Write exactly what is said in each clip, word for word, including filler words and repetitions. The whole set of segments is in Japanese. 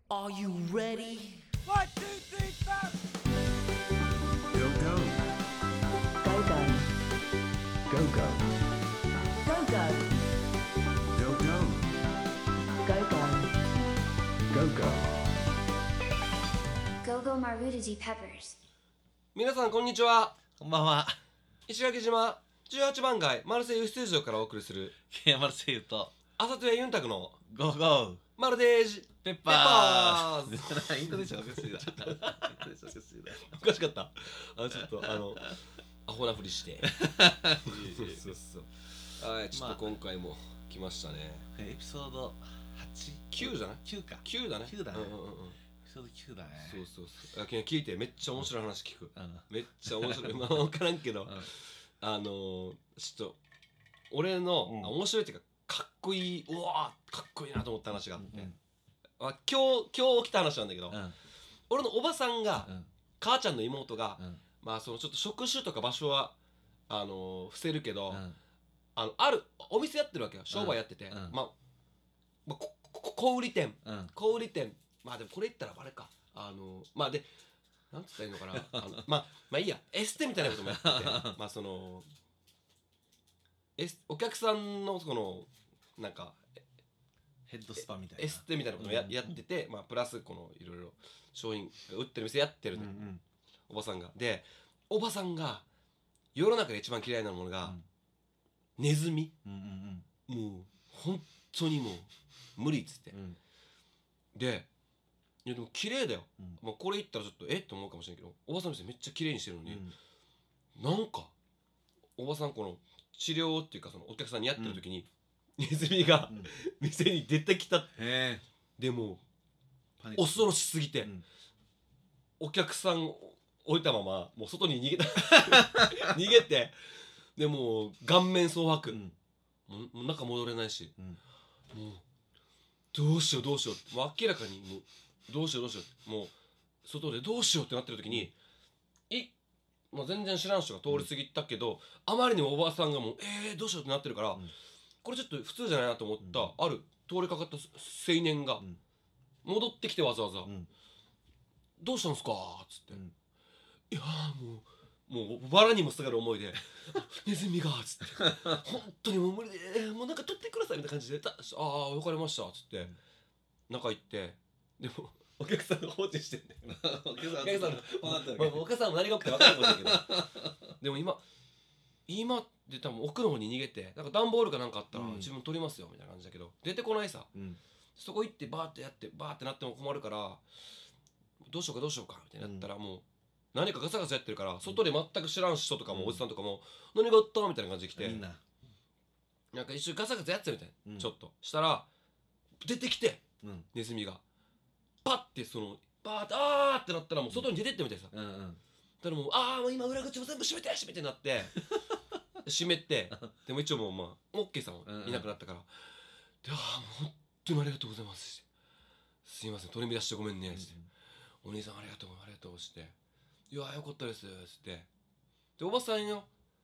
Are you ready? One, two, three, four. Go go. Go go. Go go. Go go. Go go. Go go. Go go. Go-Go Marudaji Peppers. 皆さんこんにちは。 こんばんは。 石垣島じゅうはちばん街マルセイユスタジオからお送りするケンヤマルセイユと朝とやユンタクのゴーゴーマルデージペッペッパパーズーズイントネーションおかしいな。イントネーションおかしいな。 おかしかった。あちょっとあのアホなふりしてそうそうそうはいちょっと今回も来ましたね。 エピソードはち、 きゅうじゃないきゅうか。 きゅうだねきゅうだねうんうんうんうんエピソードきゅうだね。 そうそうそうあ聞いてめっちゃ面白い話聞くうん。 めっちゃ面白いまあ分からんけどうんあのー、ちょっと俺の、 うんあ面白いっていうかかっこいいうわーかっこいいなと思った話があって、 うんあ今日今日起きた話なんだけど、 うん俺のおばさんが、 うん母ちゃんの妹が、 うんまあそのちょっと職種とか場所はあのー伏せるけど、 うんあのあるお店やってるわけよ商売やってて、 うんまあ、まあ、ここ小売店うん小売店まあでもこれ言ったらあれかあのー、まあでなんつったらいいのかなあのまあまあいいやエステみたいなこともやっててまあそのエスお客さんのそのなんかヘッドスパみたいな。 エステみたいなこともや,、 うんやってて、まあ、プラスこのいろいろ商品売ってる店やってるの、 うんうんおばさんがでおばさんが世の中で一番嫌いなものが、ネズミうんうんもう本当にもう無理っつって、 うんでいやでも綺麗だよ、 うんまあ、これ言ったらちょっとえって思うかもしれんけどおばさんの店めっちゃ綺麗にしてるのに、 うんなんかおばさんこの治療っていうかそのお客さんにやってる時に、ネズミがうん店に出てきたへえ。 でもパニック恐ろしすぎて、 うんお客さん置いたままもう外に逃げた逃げてでもう顔面蒼白、 うんもうもう中戻れないしうんもうどうしようどうしようってもう明らかにもうどうしようどうしようもう外でどうしようってなってる時に、いもう全然知らん人が通り過ぎたけど、あまりにもおばあさんがもうえー、どうしようってなってるから、 んこれちょっと普通じゃないなと思った、 うんある通りかかった青年がん戻ってきてわざわざ、 うんどうしたんすかっつって、 うんいやーもうもう藁にもすがる思いでネズミがっつって本当にもう無理でもうなんか取ってくださいみたいな感じでたああ分かりましたっつって、中行ってでもお客さんが放置してんねお客さんお客さんこうなってるまあお客さんも何が起きて分かんないけどでも今今で多分奥の方に逃げてなんか段ボールかなんかあったらうん自分取りますよみたいな感じだけど出てこないさうんそこ行ってバーってやってバーってなっても困るからどうしようかどうしようかみたいになったらもう何かガサガサやってるから外で全く知らん人とかもおじさんとかも何があったみたいな感じで来てみんななんか一緒にガサガサやってたみたいうんちょっとしたら出てきてうんネズミがパッてそのバーってあーってなったらもう外に出てってみたいさうんうんだからもうああもう今裏口も全部閉めて閉めてなって閉めてでも一応もうまあオッケーさんはいなくなったからでああもう本当にありがとうございますってすいません取り乱してごめんねってお兄さんありがとうありがとうしていやーよかったですってでおばさんよ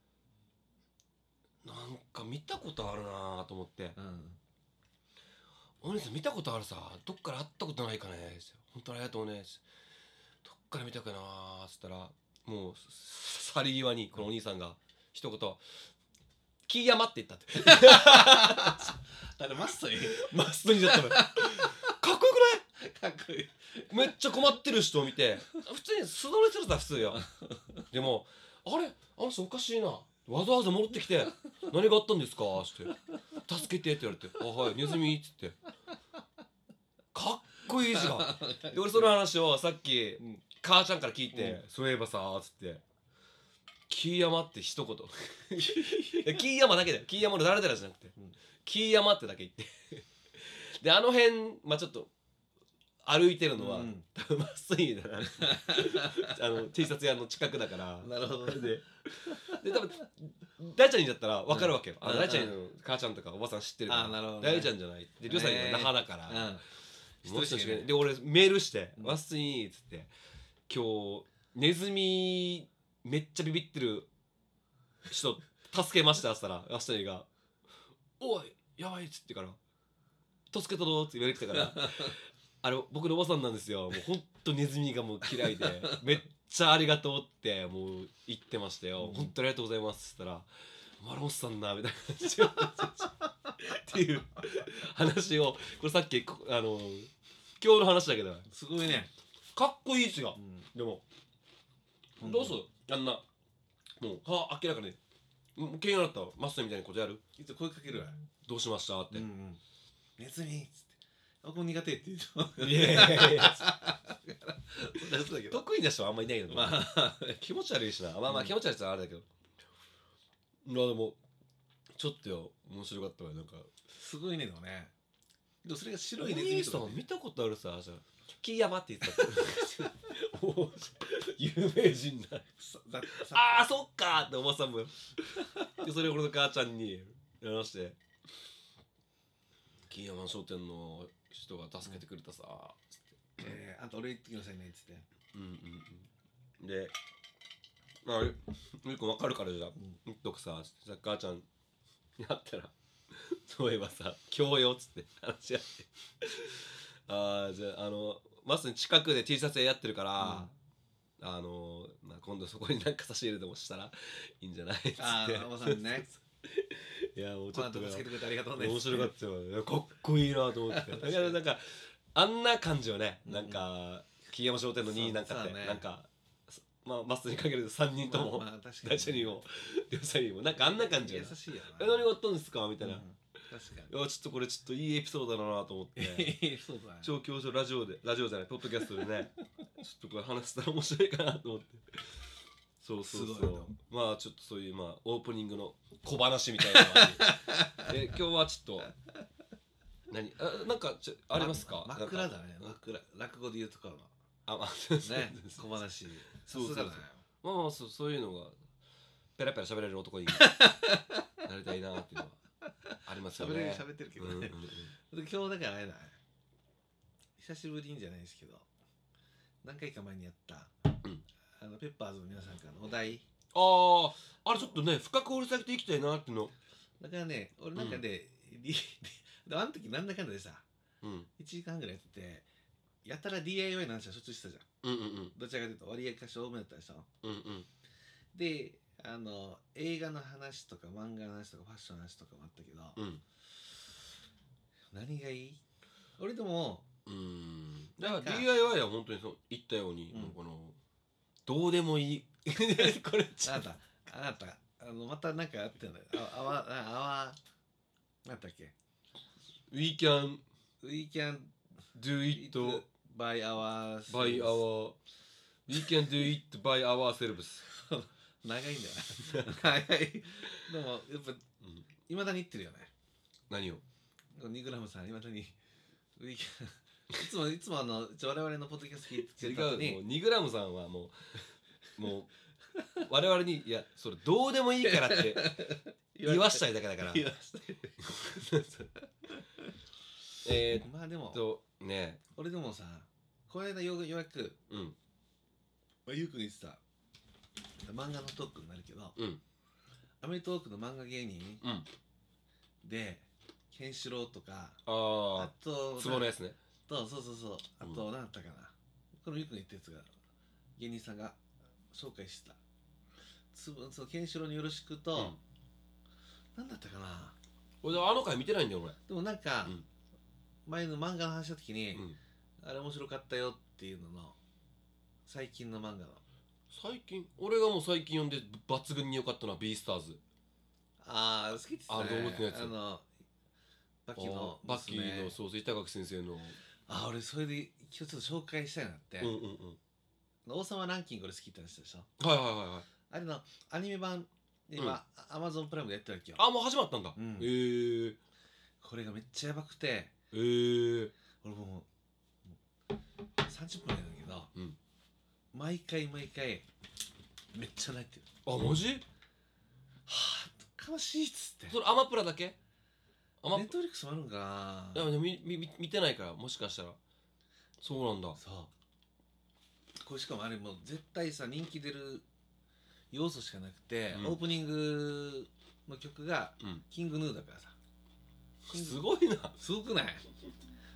なんか見たことあるなと思ってうんお兄さん見たことあるさどっから会ったことないかね本当ありがとうねどっから見たかなーっつったらもう去り際にこのお兄さんが一言「キーヤマ」って言ったって誰マストにマストにじゃったのかっこよくないかっこいいめっちゃ困ってる人を見て普通に素通りするさ普通よでもあれあの人おかしいなわざわざ戻ってきて「何があったんですか?」って「助けて」って言われて「あはいネズミ」っつってかっこいいじゃんで俺その話をさっき母ちゃんから聞いて「そういえばさ」っつって「キーヤマ」って一言キーヤマだけだよキーヤマの誰々じゃなくて、 うんキーヤマってだけ言ってであの辺まあちょっと歩いてるのは、 うん多分まっすぐだなあの T シャツ屋の近くだからなるほどねでで多分大ちゃんにだったら分かるわけよ、あうんの大ちゃんの母ちゃんとかおばさん知ってるからあなるほどね大ちゃんじゃないでりょうさんが那覇だから、 うんもしかし一人しかいないてで俺メールして「 うんわっすに」っつって「今日ネズミめっちゃビビってる人助けました」っつったらわっすにが「おいやばい」っつってから「助けたぞ」って言われてたからあれ僕のおばさんなんですよ。もうほんとネズミがもう嫌いでめっちゃありがとうってもう言ってましたよ、 うん、 本当にありがとうございますって言ったらマロンさんなみたいな感じでっていう話をこれさっきこあの今日の話だけどすごいね、 かっこいいっすよ、 うん、 でもほんとどうするあんなもうは明らかにもう怪我になったマスターみたいなことやるいつ声かけるわ、 どうしましたって、 うんうん、ネズミっつってあこれ苦手って言うといやいやいやそうだけど得意な人はあんまいないけど、 まあ気持ち悪いしなまあまあうん気持ち悪いってのはあれだけど、まあでもちょっとよ面白かったわなんかすごいねでもね、でもそれが白おいネズミ兄さとかねん見たことあるさじゃあキーヤマって言ってたもう有名人ださださああそっかーっておばさんもよでそれを俺の母ちゃんに話してキーヤマ商店の人が助けてくれたさつってえー、あんた俺言ってきなさいねっつって、 うんうんうんでまあゆうくん分かるからじゃあ言っとくさじゃあ母ちゃんやったらそういえばさ今日よっつって話し合ってああじゃああのまさに近くで T シャツ屋やってるから、あの、まあ、今度そこになんか差し入れでもしたらいいんじゃないっつってああおばさんねいやもうちょっとまあ助けてくれてありがとうね面白かったよいやかっこいいなと思ってだからなんかあんな感じよね、 うんなんか木山商店のになんかって、 そうねなんかまあマストにかけるさんにんとも、 まあまあ確かに大社にも両者にもなんかあんな感じよね優しいよえな何があったんですかみたいな、 うん確かいやちょっとこれちょっといいエピソードだなと思ってにそうだね超教授ラジオでラジオじゃないポッドキャストでねちょっとこれ話したら面白いかなと思ってそうそうそすごいなうまあちょっとそういうまあオープニングの小話みたいなのがありえ今日はちょっと何あなんかちょありますかまなんか枕だね枕落語で言うところあまあのね小話さそうそうそうすがだねまあまあそうそういうのがペラペラ喋れる男になりたいなっていうのはありますよ喋れるね喋ってるけどうんうんねうんで今日だからあれだね久しぶりにじゃないですけど何回か前にやった、 うんあのペッパーズの皆さんからのお題あああれちょっとね深く掘り下げていきたいなっていうのだからね俺なんかで、リであの時なんだかんだでさうんいちじかんぐらいやっててやたら ディーアイワイ の話はしょっちゅうしてたじゃんうんうんうんどちらかというと割合かし多めだったでしょうんうんであの映画の話とか漫画の話とかファッションの話とかもあったけど、 うん何がいい俺でもうんだからなんかディーアイワイ は本当にそう言ったように、 うんもうこのどうでもいいこれちょっとあなたあなたあのまたなんかあってんだよああわああわなんだっけ We can We can do it by our by our We can do it by ourselves 長いんだよな長いでもやっぱうんいまだに言ってるよね何をにグラムさんいまだに We can いつもいつもあの我々のポッドキャスト聞いて違る後にうもうにグラムさんはもうもう我々にいやそれどうでもいいからって言わしたいだけだから言わしたいえまあでもーっとね俺でもさこの間ようようやくうんまあゆうくん言ってた漫画のトークになるけどうんアメトークの漫画芸人うんでケンシロウとかああとあツボのやつねとそうそうそうあうんと何だったかな、このゆうくんが言ったやつが芸人さんが紹介してたつぶそうケンシロウによろしくと、 うんなんだったかな俺あの回見てないんだよ俺でもなんか、 うん前の漫画の話した時に、 うんあれ面白かったよっていうのの最近の漫画の最近俺がもう最近読んで抜群に良かったのはビースターズああ好きって言ってたねあ動物のやつあのバッキーのバッキーの娘そうそう板垣先生のあ俺それで今日ちょっと紹介したいなって、 うんうんうん王様ランキング俺好きって話したでしょはいはいはいはいあれのアニメ版で今、アマゾンプライムでやってるわけよあもう始まったんだ、 うんえー、 これがめっちゃやばくてえー、 俺もうもうさんじゅっぷんやるんだけど、 うん毎回毎回めっちゃ泣いてるあマジはあ悲しいっつってそれアマプラだけアマネットフリックスもあるんかないやでも見見見てないからもしかしたらそうなんだそうこれしかもあれもう絶対さ人気出る要素しかなくて、 うんオープニングの曲がうんキングヌーだからさキングすごいなすごくない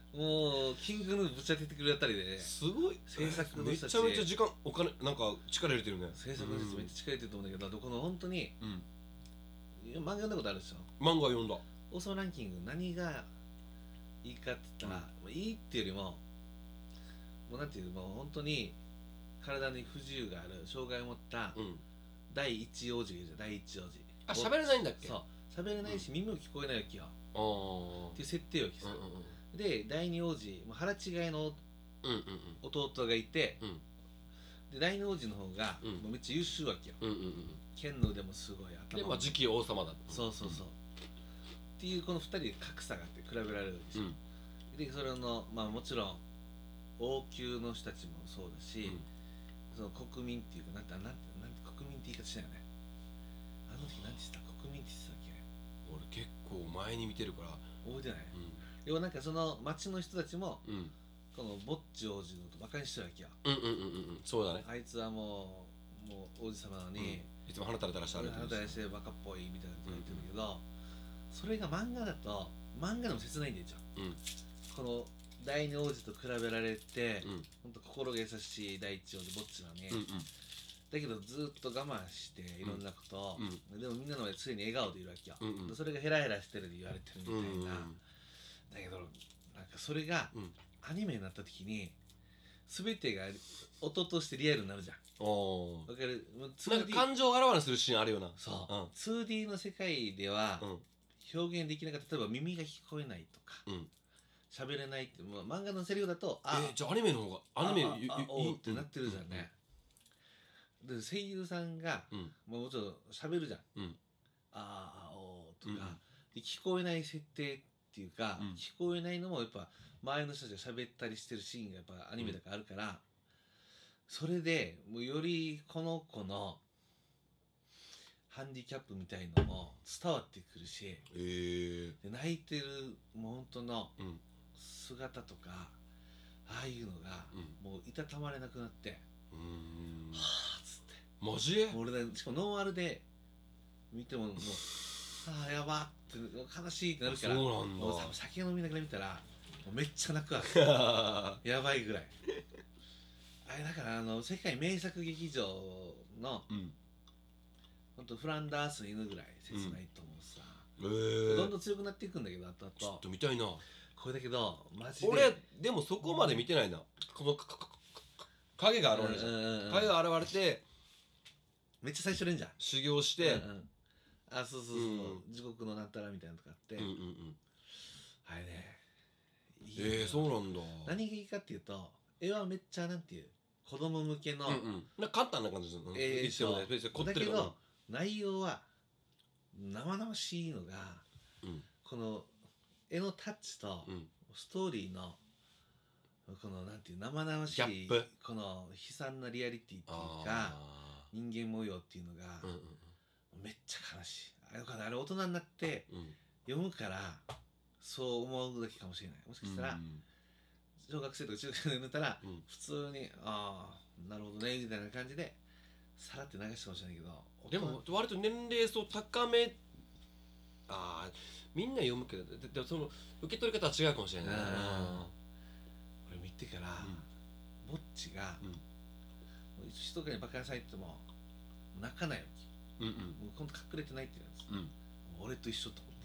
もうキングヌーぶち当ててくれたりで、ね、 すごい制作のめ人たちちゃめちゃ時間お金なんか力入れてるね。 制作の人たちめっちゃ力入れてると思うんだけど、どこの本当にうん漫画読んだことあるでしょ。 漫画読んだ。 王様ランキング何がいいかって言ったら、うん、いいっていうよりももうなんていうもう本当に体に不自由がある障害を持ったうん第一王子がいるじゃん。第一王子あ喋れないんだっけ。 そう喋れないし、うん、耳も聞こえないわけよあーっていう設定わけさ、 うんうんうんで第二王子もう腹違いのうんうん弟がいて、 うんで第二王子の方が、 うんもうめっちゃ優秀わけよ。 うんうんうん剣の腕もすごい頭もでまあ次期王様だ。 そうそうそう、っていうこのふたりで格差があって比べられるわけでしょ、 うんでそれのまあもちろん王宮の人たちもそうだし、 うんその国民っていうかなんてなんてなんて国民って言い方しないよね。あの時なんて言ってた国民って言ってたっけ。 俺結構前に見てるから。 覚えてない、 うん要はなんかその町の人たちもうんこのボッチ王子のことバカにしてるわけよ。 うんうんうんうんそうだね。 あいつはもうもう王子様なのに、 いつも鼻垂れ垂らして歩いてるし。 あなたにしてバカっぽいみたいなこと言ってるんだけど、それが漫画だと漫画でも切ないんだよじゃん。 うんこの第二王子と比べられて、 うんほんと心が優しい第一王子ぼっちなのに、 うんうんだけどずっと我慢していろんなことを、 うでもみんなの前で常に笑顔でいるわけよ、 うんうんでそれがヘラヘラしてるで言われてるみたいな、 うんだけどなんかそれがうんアニメになった時に全てが音としてリアルになるじゃん。 おーわかる。もう ツーディーなんか感情をあらわにするシーンあるよな。 そう、 うんツーディー の世界ではうん表現できなかった例えば耳が聞こえないとかうん喋れないってもう漫画のセリフだとあえーじゃあアニメの方がアニメあゆゆああおいうってなってるじゃんね、で声優さんがうんもうちょっと喋るじゃん、 うんあーあおーとか、 うんで聞こえない設定っていうか、 うん聞こえないのもやっぱ周りの人たちが喋ったりしてるシーンがやっぱアニメだからあるから、それでもうよりこの子のハンディキャップみたいのも伝わってくるし、 えーで泣いてるもう本当のうん姿とかああいうのがうんもういたたまれなくなって、 うーんはあっつってマジもう俺ねしかもノンアルで見てももうああやばって悲しいってなるから、 そうなんだもうさ酒飲みながら見たらもうめっちゃ泣くわやばいぐらいあれだからあの世界名作劇場のうんほんとフランダースの犬ぐらい切ないと思うさ、 えーどんどん強くなっていくんだけどあとあちょっとと見たいな。 これだけどマジで俺でもそこまで見てないな。このかかかか影が現れるじゃん。 うんうんうん影が現れてめっちゃ最初連じゃん修行して、 うんうんあそうそうそう、 うん地獄のなんたらみたいなのとかあって、 うんうんうん。 あれねいいえー、そうなんだ。 何がいいかっていうと絵はめっちゃなんていう子供向けの、 うんうん。なんか簡単な感じでする。 えー一緒ね。別に凝ってるからだけど内容は生々しいのがうんこの絵のタッチとうんストーリーのこのなんていう生々しいギャップこの悲惨なリアリティっていうかあ人間模様っていうのがーうんうんめっちゃ悲しい。あれかあれ大人になってうん読むからそう思うだけかもしれない。もしかしたら小学生とか中学生で読んだらうん普通にああなるほどねみたいな感じでさらって流したかもしれないけど、 でも割と年齢層高めああみんな読むけどででもその受け取り方は違うかもしれないな。 これ見てから、ぼっちが、 うんもう一とかにバカにされても泣かないわけ。 うんうんもう今度隠れてないって言うんです。 うん俺と一緒と思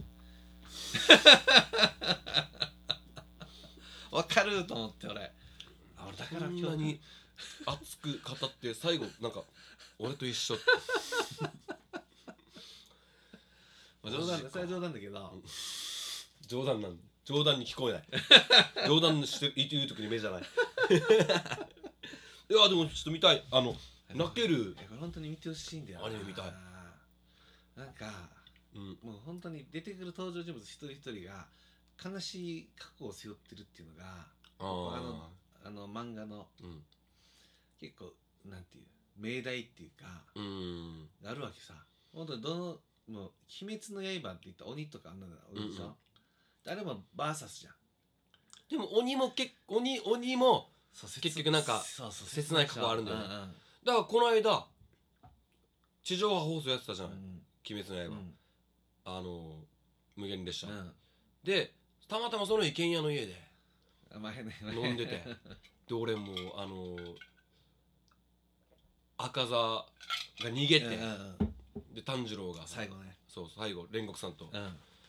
ってわかると思って俺あ俺だからこん今日なに熱く語って最後なんか俺と一緒ってまあ冗談それは冗談だけど、 うん冗談なん冗談に聞こえない冗談して言う時に目じゃないいやでもちょっと見たいあの泣けるいやこれ本当に見てほしいんだよなアニメ見たいなんかうんもう本当に出てくる登場人物一人一人が悲しい過去を背負ってるっていうのがああのああの漫画のうん結構なんていう命題っていうかうんがあるわけさ。本当にどのもう鬼滅の刃って言った鬼とかあんなの多いでしょ、 うんうんあれもバーサスじゃん。 でも鬼もけ鬼鬼もそう結局なんかそうそう切ない過去あるんだよねうんうんだからこの間地上波放送やってたじゃない、 うん鬼滅の刃、 うんあの無限列車、 うんでたまたまその一軒家の家であ前ね飲んでてで俺もうあのー赤座が逃げて、 うんうんうんで炭治郎が最後ねそう最後煉獄さんとうん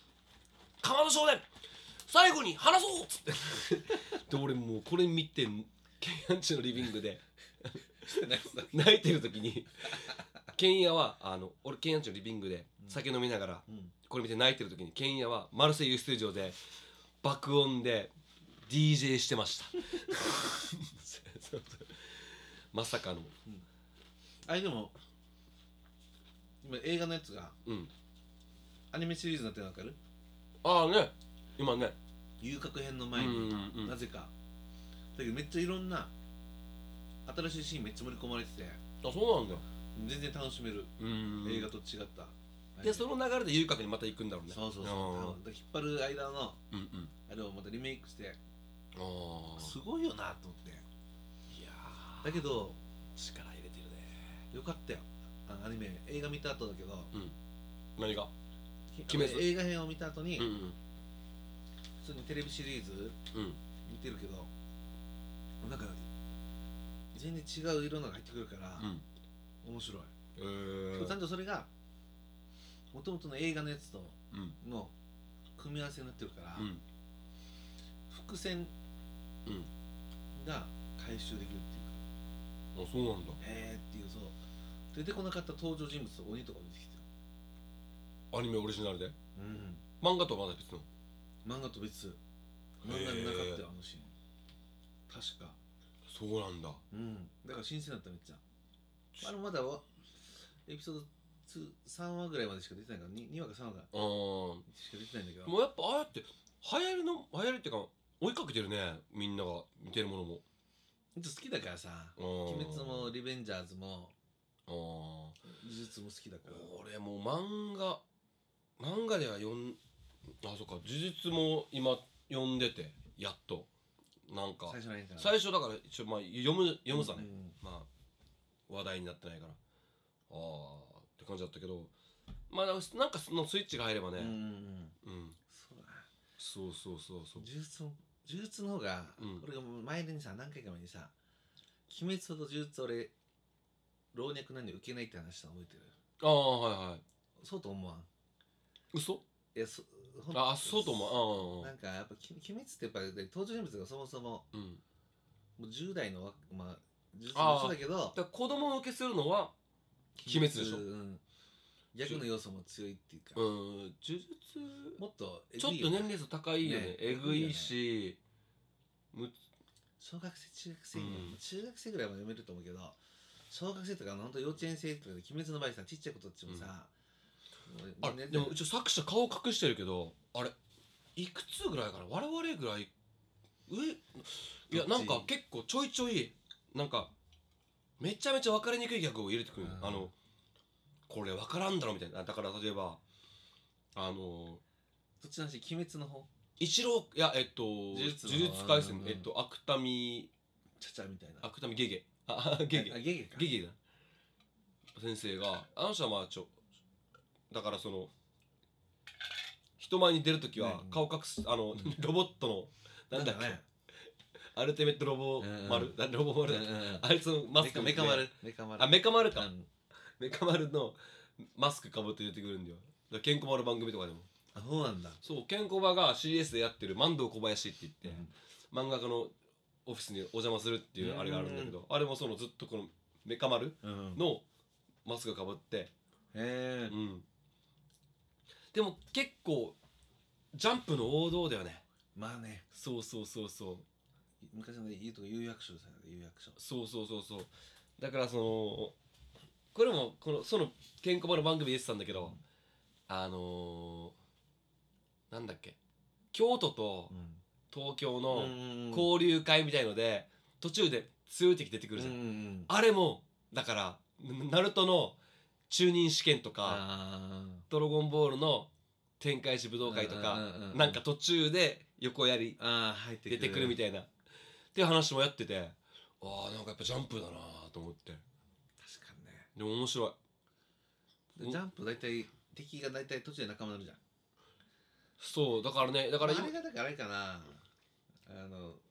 「かまど少年最後に話そう!」っつってで俺もうこれ見てケンヤンチのリビングで泣いてる時にケンヤはあの俺ケンヤンチのリビングで酒飲みながらうんこれ見て泣いてる時にケンヤはマルセイユステージ上で爆音で ディージェー してましたそうそうまさかのあれでも今映画のやつがうんアニメシリーズになってるの分かる？ ああね今ね遊郭編の前に、 うんうんうんなぜかだけどめっちゃいろんな新しいシーンめっちゃ盛り込まれててあそうなんだ全然楽しめる、 うん映画と違ったでその流れで遊郭にまた行くんだろうねそうそうそうあだから引っ張る間のーうんうんあれをまたリメイクしてあすごいよなと思っていやだけどー力入れてるねよかったよあアニメ映画見た後だけど何がき鬼滅映画編を見た後に、 うんうん普通にテレビシリーズうん見てるけどなんか全然違う色のが入ってくるから、 うん面白いえーちゃんとそれがもともとの映画のやつとうんの組み合わせになってるから、 うん伏線うんが回収できるっていうかあそうなんだえーっていうそう出てこなかった登場人物と鬼とか出てきてアニメオリジナルでるうん漫画とはまだ別の漫画と別漫画になかったよあのシーン確かそうなんだうんだから新鮮だっためっちゃあれまだわエピソードに、さんわぐらいまでしか出てないから 2, 2話かさんわがあーしか出てないんだけどもうやっぱああやって流行りの流行りっていうか追いかけてるねみんなが見てるものも好きだからさうん鬼滅もリベンジャーズもあー呪術も好きだから俺もう漫画漫画では読んあそっか呪術も今読んでてやっとなんか最初の辺から最初だから一応まあ読む読むさね、 うんまあ話題になってないからああって感じだったけどまあなんかそのスイッチが入ればねうんうんうんうんそうだなそうそうそうそう呪術の呪術の方が、 うん俺が前にさ何回か前にさ鬼滅ほど呪術俺老若男女受けないって話したの覚えてるああはいはいそうと思わん嘘いやそほんあそうと思うあなんかやっぱき鬼滅ってやっぱり登場人物がそもそもあうんもうじゅう代のわまあ呪術あーもそうだけどだから子供受けするのは鬼滅でしょうん逆の要素も強いっていうか、 うん呪術もっとえちょっぐいよねと年齢層高いよねねえぐいしむ小学生中学生ぐらい、 うん中学生ぐらいは読めると思うけど小学生とかほんと幼稚園生とかで鬼滅の場合さちっちゃい子たちもさ、もうねあでもうち作者顔隠してるけどあれいくつぐらいかな我々ぐらい上いやどっちなんか結構ちょいちょいなんかめちゃめちゃ分かりにくいギャグを入れてくる、 うんあのこれ分からんだろみたいなだから例えばあのどっちの話鬼滅の方一郎いやえっと呪術の呪術廻戦うんうんえっと芥見ちゃちゃみたいな芥見ゲゲあゲゲあゲゲかゲゲだ先生があの人はまあちょだからその人前に出るときはうん顔隠すあのロボットのなんだっけねアルティメットロボ丸うんなんでロボ丸うんうんうんあいつのマスクメカメカ丸メカ丸あメカ丸かうんメカ丸のマスクかぶって出てくるんだよだからケンコバの番組とかでもあそうなんだそうケンコバが シーエス でやってる万堂小林って言って漫画家のオフィスにお邪魔するっていうあれがあるんだけどあれもそのずっとこのメカ丸うんへのマスクかぶってえうんでも結構ジャンプの王道だよねまあねそうそうそうそう昔の言うとこ有役所さ有役所そうそうそうそうだからそのこれもこのそのケンコバの番組で言ってたんだけど、あのー、なんだっけ京都とうん東京のうん交流会みたいので途中で強い敵出てくるじゃん、 うんうんあれもだからナルトの中任試験とかあドラゴンボールの天界市武道会とかうんうんうんうんなんか途中で横やりーあー入って出てくるみたいたいなっていう話もやっててああなんかやっぱジャンプだなと思って確かにねでも面白いでジャンプ大体敵が大体途中で仲間になるじゃんそうだからねだだから今あれがだからあれかなあの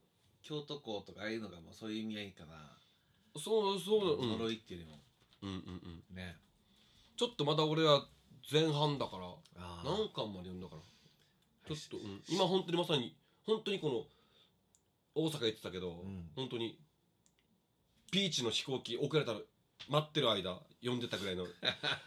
京都校とかああいうのがもうそういう意味合いかな、 そうそう、うん、 呪いっていうよりもうんうんうんね。 ちょっとまだ俺は前半だからあー何巻まで読んだからちょっと、うん、今本当にまさに本当にこの大阪行ってたけど、 ん本当にピーチの飛行機遅れたら待ってる間読んでたぐらいの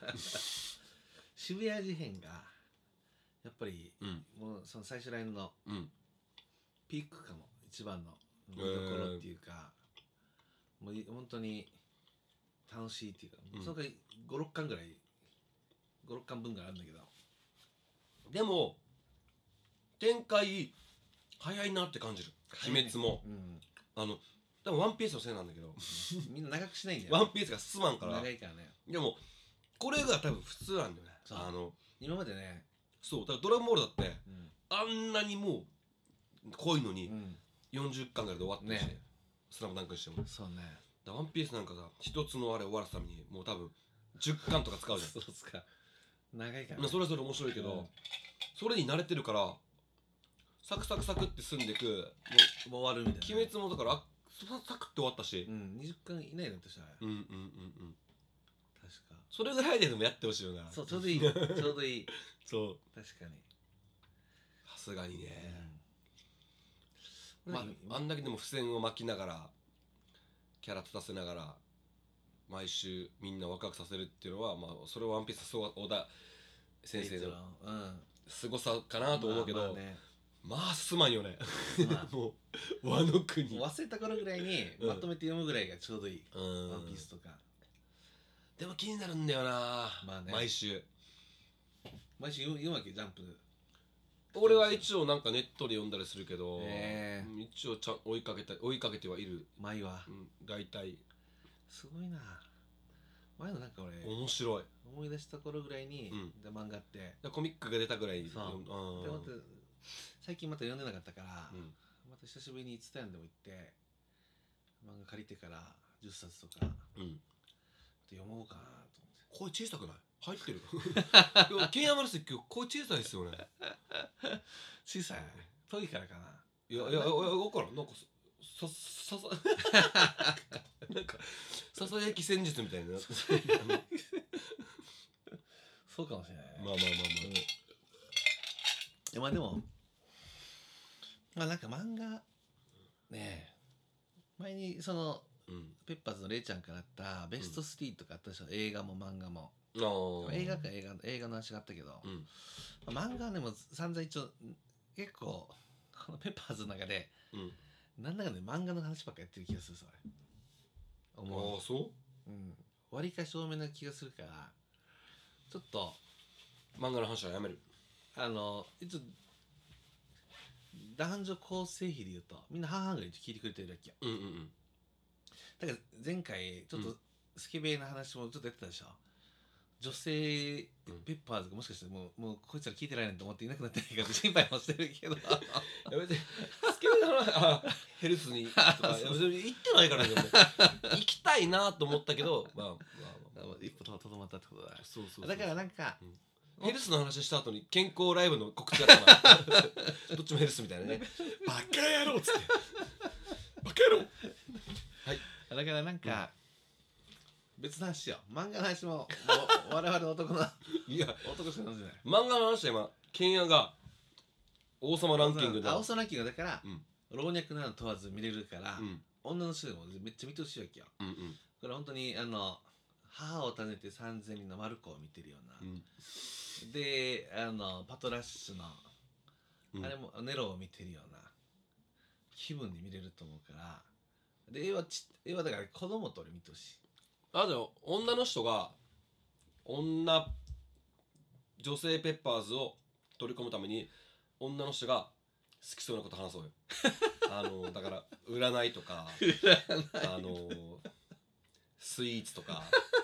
渋谷事変がやっぱり、 うんもうその最初ラインのうんピークかも、一番の見どころっていうか、もうい本当に楽しいっていうか、 うんその回ごろっかんぐらいごろっかんぶんぐらいあるんだけど、 でも展開早いなって感じる。鬼滅もうん、 あの多分ワンピースのせいなんだけどみんな長くしないんだよワンピースが進まんから長いからね。 でもこれが多分普通なんだよね。 そうあの今までね、 そうだからドラゴンボールだってうんあんなにもう濃いのにうん、 よんじゅっかんぐらいで終わってるし、 ねスラムダンクにしてもだかそうね。 らワンピースなんかさ一つのあれ終わらすためにもう多分じゅっかんとか使うじゃんそうっすか。長いから、 まあそれはそれ面白いけど、 うんそれに慣れてるからサクサクサクって進んでいく。もうもう終わるみたいな。 鬼滅もだからあササクって終わったし、 うん、にじゅっかん以内だとしたら、 うん、うんうんうん確か。 それぐらいででもやってほしいよな。 そう、ちょうどいい。ちょうどいい。 そう確かに。 さすがにね、 うんまあ、あんだけでも付箋を巻きながらキャラ立たせながら毎週みんなワクワクさせるっていうのは、まあ、それはワンピースそう小田先生のうん、 凄さかなと思うけど、 まあまあね、 まあ進まんよねまあもう和の国もう忘れた頃ぐらいにうんまとめて読むぐらいがちょうどいい、 うんワンピースとかでも気になるんだよな、 まあね毎週毎週読む読むわけジャンプ。 俺は一応なんかネットで読んだりするけど、 へーうん一応ちゃん追いかけた追いかけてはいる、 前はうん、大体すごいな。前のなんか俺面白い。 思い出した頃ぐらいに、 うんで漫画あってでコミックが出たぐらいそう読んうんでまた最近また読んでなかったから、 うんまた久しぶりにツタヤンでも行って漫画借りてからじゅっさつとかうん読もうかなと思って。 声小さくない入ってるいやケンヤマルス今日声小さいですよね。 小さい遠いからかな。 いやいやいや分からんなんかさささなんかささやき戦術みたいなそうかもしれないね。 まあまあまあまうんいやまあでもまあなんか漫画ねえ前にそのうんペッパーズのレイちゃんからあったベストスリーとかあったでしょ、映画も漫画も。 あー映画か映画映画の話があったけど、 うんまあ、漫画はでも散々一応結構このペッパーズの中でうんなんだかね漫画の話ばっかやってる気がするそれあ思う。 あそううん割りかし多めな気がするからちょっと漫画の話はやめる。 あの一応男女構成比で言うとみんな半々ぐらい聞いてくれてるわけよ。 うんうんうんだから前回ちょっとうんスケベな話もちょっとやってたでしょ。女性うんペッパーズがもしかしてもうもうこいつら聞いてないなんて思っていなくなってないかって心配もしてるけどやめてスケベな話あヘルスにとかいや別に行ってないからね俺行きたいなと思ったけどまあまあまあまあ一歩とどまったってことだ。 そうそうそうだからなんか、 ヘルスの話した後に健康ライブの告知だったなどっちもヘルスみたいなねバカ野郎っつってバカ野郎だからなんか、別の話しよう。漫画の話ももう我々男のいや男しか飲んでない。 漫画の話は今ケンヤが王様ランキングだ青空ランキングだから、 うん老若男女問わず見れるから、 うん女の人でもめっちゃ見てほしいわけよ。 うんうんこれ本当にあの母を訪ねてさんぜんにんのマルコを見てるような、 うんであのパトラッシュの、 うんあれもネロを見てるような気分で見れると思うからで絵はち絵はだから子供と俺見てほしい。 あでも女の人が女女性ペッパーズを取り込むために女の人が好きそうなこと話そうよあのだから占いとかあのスイーツとか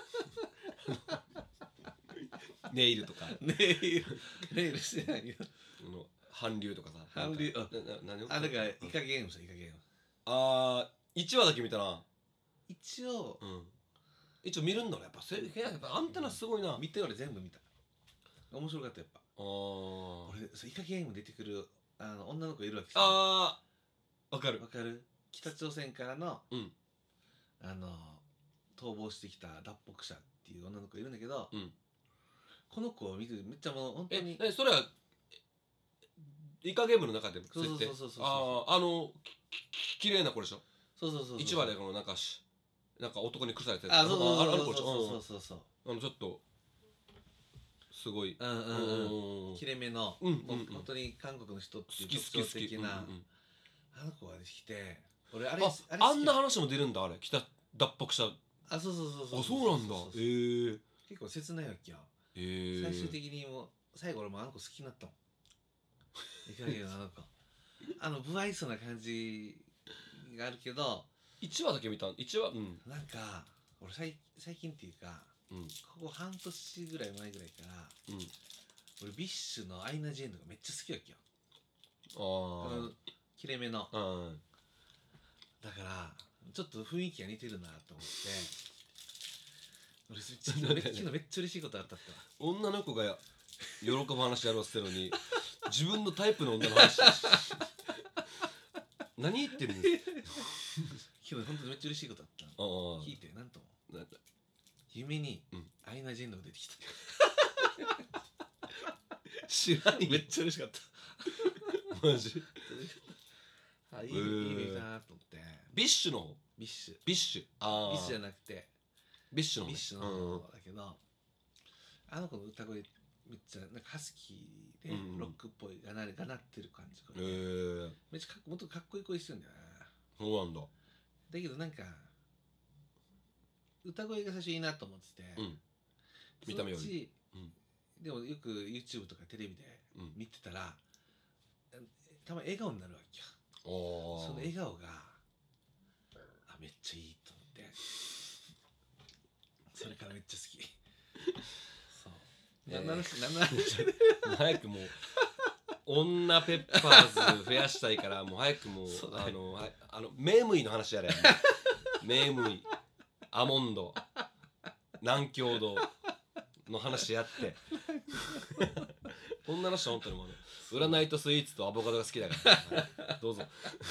ネイルとかネイルネイルしてないよ。 あの韓流とかさ韓流なんかなな何をあだからイカゲームさイカゲームあーいちわだけ見たな。 一応うん一応見るんだねやっぱせやっぱアンテナすごいな。 見て俺全部見た。面白かったやっぱ。 あー俺そうイカゲーム出てくるあの女の子いるわけさ。 あーわかる。 わかる？ 北朝鮮からの、 うんあの逃亡してきた脱北者っていう女の子いるんだけど、 うんこの子を見てめっちゃもう本当えにえそれはイカゲームの中でもそうそう設定そうそうそうあああのき綺麗な子でしょそうそうそうそう一話でこのなんかしなんか男に崩されてあそうそうそうああの子でしそうょそうそうそううんあのちょっとすごいうんうんうんうん切れ目の、 うんもううんうん本当に韓国の人っていう好き好特徴き好き的な、 うんうんあの子ができて俺あれああれあんな好き話も出るんだあれ北脱北者あそうそうそうそうあそうなんだそうそうそうへえ結構切ないわけよへえ最終的にもう最後俺もあの子好きになったもんいかげんあの子あの不愛想な感じがあるけどいちわだけ見たいちわうんなんか俺最最近っていうかうんここ半年ぐらい前ぐらいからうん俺ビッシュのアイナ・ジ・エンドがめっちゃ好きわけよあこの切れ目のあうんだからちょっと雰囲気が似てるなと思って俺昨日昨日めっちゃ嬉しいことあったってわ女の子が喜ぶ話やろうって言ってるのに自分のタイプの女の話何言ってるの昨日本当にめっちゃ嬉しいことあったのあ聞いてなんともあな夢にうんアイナ・ジ・エンドが出てきた知らんよめっちゃ嬉しかったマジあいい、 へーいいねなと思ってビッシュの方ビッシュビッシュああビッシュじゃなくてビッシュの方ねビッシュのうん方だけど、あの子の歌声めっちゃなんかハスキーでうんうんロックっぽいがながなってる感じ、こへれえめっちゃかっもっとかっこいい声してるんだよねそうなんだだけどなんか歌声が最初いいなと思ってて、 うん見た目よりそっちうんでもよく YouTube とかテレビでうん見てたら、たまに笑顔になるわけよああその笑顔があめっちゃいいと思ってそれからめっちゃ好きそうえー何の話何の話早くもう女ペッパーズ増やしたいからもう早くもうそうだねあのはいあのメームイの話やれメームイアモンド南京堂の話やって女の人は本当にもうあの占いとスイーツとアボカドが好きだから、はいどうぞ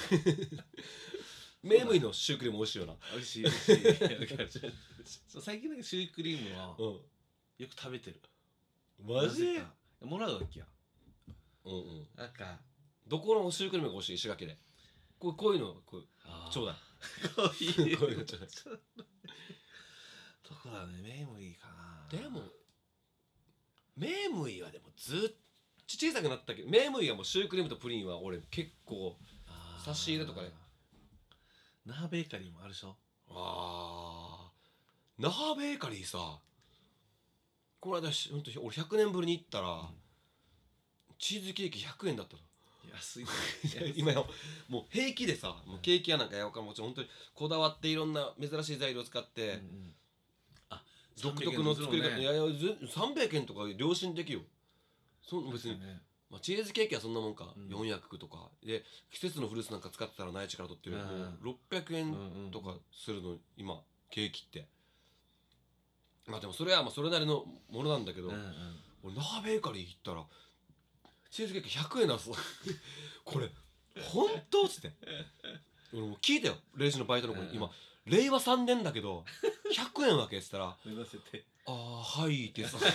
メームイのシュークリーム美味しいよな美味しい美味しいそう最近なんかシュークリームをうんよく食べてるマジなぜかもらうわけようんうんなんかどこのシュークリームが欲しい石垣でこうこういうのこうちょうだいこういうこういうのちょうだいところはねメモいいかなでもメームイはでもずっと小さくなったけどメームイはもうシュークリームとプリンは俺結構あー差し入れとかね那覇ベーカリーもあるでしょあー那覇ベーカリーさこの間しほんと俺ひゃくねんぶりに行ったら、チーズケーキひゃくえんだったの安い今よもう平気でさもうケーキ屋なんかやろうかもちろん本当にこだわっていろんな珍しい材料を使って、 うんうんあ独特の作り方、 ねいやいやずさんびゃくえんとか良心的よそん別に、 ねまあ、チーズケーキはそんなもんか、 うんよんひゃくとかで季節のフルーツなんか使ってたら内地から取ってる、 うんもうろっぴゃくえんうんうんとかするの今ケーキってまあでもそれはまあそれなりのものなんだけど、 うんうん俺那覇ベーカリー行ったらチーズケーキひゃくえんなんすこれ本当っつって俺もう聞いたよレジのバイトの子に、 うん今令和さんねんだけどひゃくえんわけっつったら目指せてああはいってさ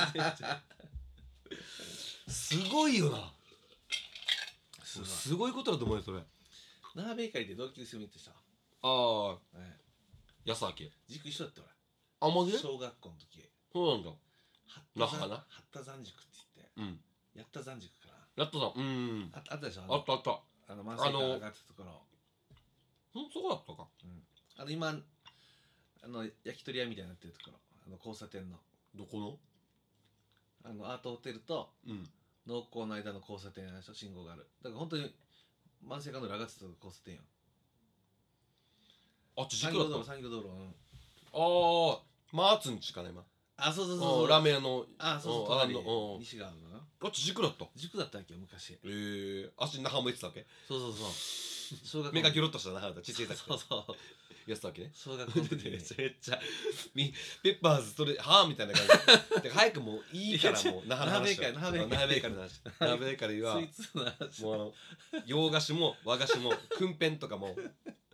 すごいよなすごいすごいことだと思うよそれ那覇ベーカリーで同級生見てさ、 ああはい、 安明塾一緒だったあマジで俺小学校の時そうなんだ那八覇かな八田山塾って言ってうんやった山塾かやったさんうんなああったでしょあったあったあの満載から上がってたところんそうだったかあの今あの焼き鳥屋みたいになってるところあの交差点のどこのあのアートホテルとうん農工の間の交差点あるでしょ信号があるだから本当に満載から上がってた交差点よあっち産軸だったの業道路産業道路うんああマーツンちかな今あそうそうそうあそうーラーメン屋のあそうそううん隣あのうん西側のなあっち軸だった塾だったわけよ昔ええあっち那覇も行ってたわけそうそうそう小学目がギョロッとした那覇だったちっちゃいだけそうそうやってたわけね小学校の時にめっちゃめっちゃみペッパーズそれはあみたいな感じで早くもういいからもう那覇の話那覇ベーカリー那覇ベーカリーの話那覇ベーカリーはスイーツの話もうあの洋菓子も和菓子もくんぺんとかも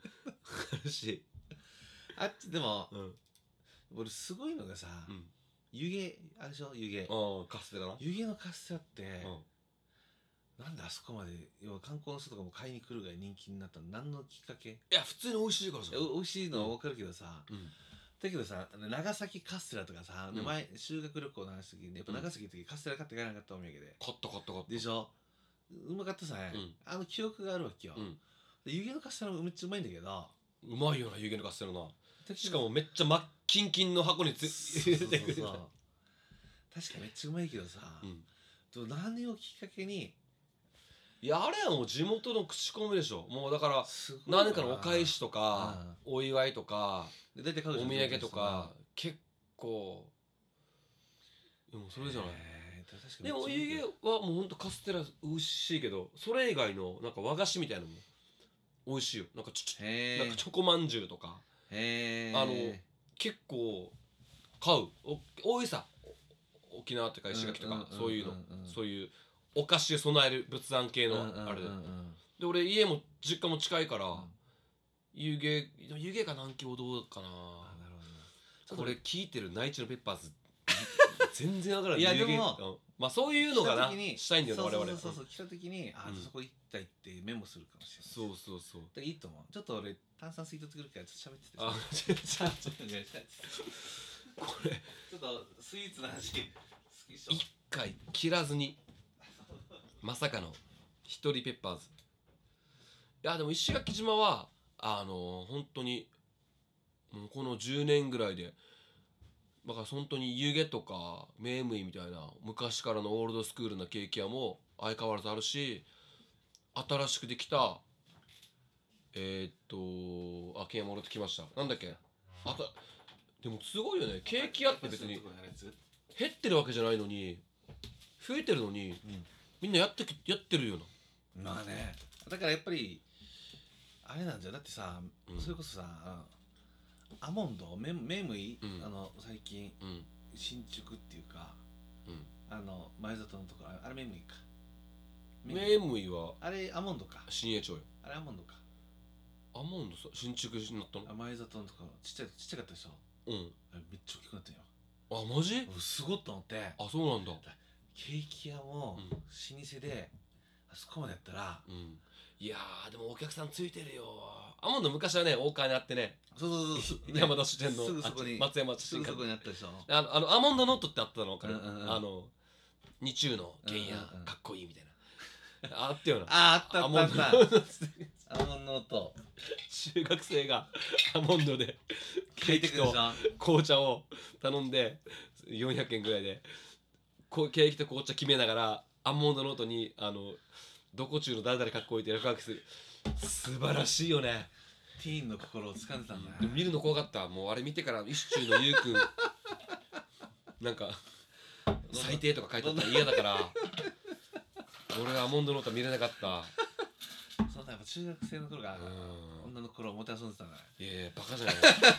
あるし、 あっちでもうん俺すごいのがさ、 うん湯気あれでしょ湯気ああカステラな、 湯気のカステラって、 うん、 なんであそこまで要は観光の人とかも買いに来るぐらい人気になったの何のきっかけ？ いや普通に美味しいからさ、 お美味しいのは分かるけどさ、 うん、 だけどさ長崎カステラとかさ、でうん前修学旅行の話す時にやっぱ長崎の時カステラ買って帰らなかったお土産で、 買った買った買ったでしょうまかったさ、 うんあの記憶があるわけよ、 うん、 で湯気のカステラもめっちゃうまいんだけど、 うまいよな湯気のカステラな、 だけどしかもめっちゃ真っキンキンの箱につそう入れてくれるそうそう確かにめっちゃうまいけどさ、 うん、 と何をきっかけにいやあれはもう地元の口コミでしょ、もうだからすごいな何かのお返しとかお祝いとかで大体買うお土じゃん産とか結構でもそれじゃない、 へー確かにでもおめっちゃうまい湯気はもうほんとカステラ美味しいけど、それ以外のなんか和菓子みたいなのも美味しいよ、なんかちょちょへーなんかチョコまんじゅうとかへーあの結構買うお多いさ、お沖縄とか石垣とか、 うんうんうんうんそういうの、 うんそういうお菓子を備える仏壇系のあれで、で俺家も実家も近いから、湯気湯気か南京どうかな、 あなるほどこれ聞いてる内地のペッパーズ全然わからないいや湯気でもうんまあそういうのがな来た時にしたいんだよな我々 そうそうそうそう来た時にあ、 うんそこ行きたいってメモするかもしれないそうそうそうだからいいと思うちょっと俺炭酸水筒作るからちょっと喋っててあちょっとお願いしますこれちょっとスイーツの話好きでしょ一回切らずにまさかの一人ペッパーズ、いやでも石垣島はあの本当にもうこのじゅうねんぐらいでだから本当に湯気とかメームイみたいな昔からのオールドスクールなケーキ屋も相変わらずあるし、新しくできたえー、っとあケンヤ戻ってきました、なんだっけあたでもすごいよね、ケーキ屋って別に減ってるわけじゃないのに増えてるのに、 んみんなやってきやってるよな。 まあねだからやっぱりあれなんじゃだってさ、 うんそれこそさアモンドメメムイ、 うんあの最近うん新築っていうかうんあの前里のところあれメムイかメームイはあれアモンドか新栄町よ。 あれアモンドかアモンドさ新築になったのあ前里のところちっちゃいちっちゃかったでしょうんあれめっちゃ大きくなったよあマジ俺すごっと思ってあそうなんだケーキ屋もうん老舗であそこまでやったらうんいやーでもお客さんついてるよ。アモンド昔はね大川にあってねそうそうそう山田支店のすぐそこにあっち松山す支店からぐそこにあったでしょあのあのアモンドノートってあったの分かる、 うんうんうんあの日中の剣や、 うんうんうんかっこいいみたいなあったよなああったあアったあったモンドノートアモンノート中学生がアモンドで書いてくるでしょ紅茶を頼んでよんひゃくえんぐらいでこうケーキと紅茶決めながらアーモンドノートにあのどこ中の誰々かっこいいって落書きする。素晴らしいよね。 ティーンの心を掴んでたんだでも見るの怖かった。もうあれ見てから一中のゆうくんなんか最低とか書いてあったら嫌だから俺はアーモンドノート見れなかった。 そうだやっぱ中学生の頃がうん女の頃をもてあそんでたんだねいやいやバカじゃない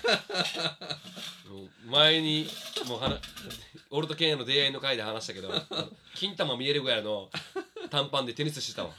もう前にもうはな俺とケンヤの出会いの回で話したけどあの金玉見えるぐらいの短パンでテニスしてたわ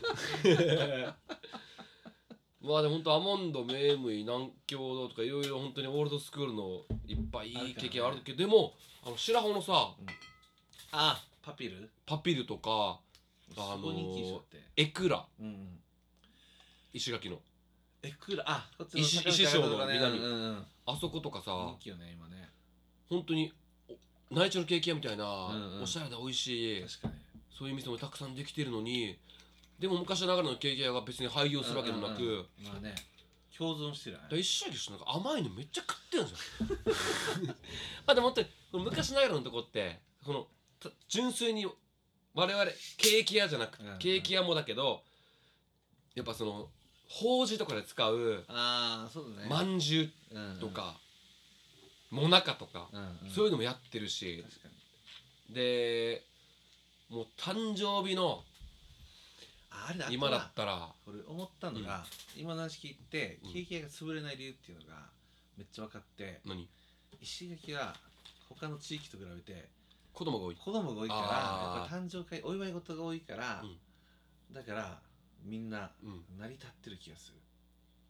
まあでもほんとアモンド、メームイ、南京堂とかいろいろ本当にオールドスクールのいっぱいいい経験あるけど、でもあの白穂のさあパピルパピルとかあすごい人気でしょのってエクラうんうん石垣のエクラあこっち石坂道石匠のとかね南うんうんうんあそことかさ人気よね今ね本当にお内地のケーキ屋みたいな、 うんうんおしゃれで美味しい確かにそういう店もたくさんできてるのにでも昔ながらのケーキ屋が別に廃業するわけもなく、 うんうんうんまあね共存してるだから一緒になんか甘いのめっちゃ食ってるんですよあでも本当にこの昔ながらのとこってこのた純粋に我々ケーキ屋じゃなくて、 うんうんケーキ屋もだけどやっぱその法事とかで使うああそうだねまんじゅうとか、もなかとか、 うんうんそういうのもやってるし確かにでもう誕生日のああれだ今だったら俺思ったのが、今の話聞いてうんケーキ屋が潰れない理由っていうのがめっちゃ分かって、 何石垣は他の地域と比べて子供が多い子供が多いからあーやっぱ誕生会お祝い事が多いから、 うんだからみんなうん成り立ってる気がする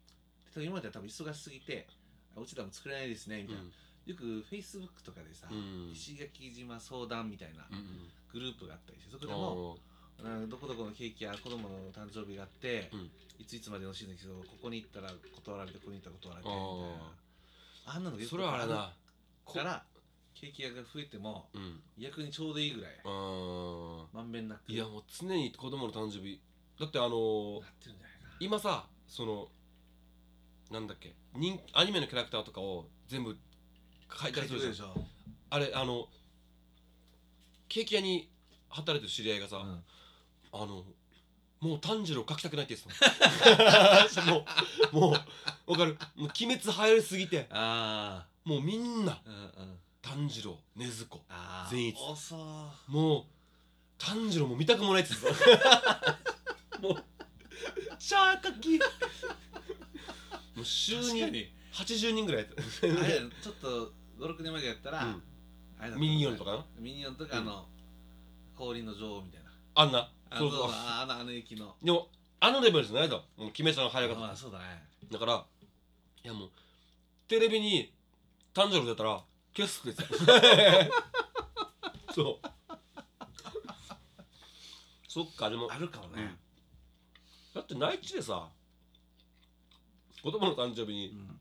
今までは多分忙しすぎてうちでも作れないですねみたいな、よく Facebook とかでさ、 うん石垣島相談みたいなうんグループがあったりして、そこうんでもなんかどこどこのケーキや子供の誕生日があって、 うんいついつまで欲しいんだけどここに行ったら断られてここに行ったら断られてみあたいな、あんなのそれはあれなからケーキ屋が増えてもうん逆にちょうどいいぐらいあまんべんなくいやもう常に子供の誕生日だってあのーなってるんじゃないかな。 今さそのなんだっけ人アニメのキャラクターとかを全部書いたりするでしょ。 ょ、 あれあのケーキ屋に働いてる知り合いがさ、 うん、 あのもう炭治郎描きたくないって言ってたもうもうわかるもう鬼滅流行りすぎてあもうみんなあうんうん炭治郎禰豆子ああ善逸遅うもう炭治郎も見たくもないって言ってたもうシャーカキもう週に確かにはちじゅうにんぐらいやってあれちょっとごろくねんまえやったら、 うんあれだったミニオンとかなミニオンとかあの、氷の女王みたいなあんなあそうそうあのあの駅のでもあのレベルじゃないだろもう鬼滅の早かったまあそうだねだからいやもうテレビに炭治郎出たら消すって言ってたそうそっかでもあるかもね、 だって内地でさ子供の誕生日にうん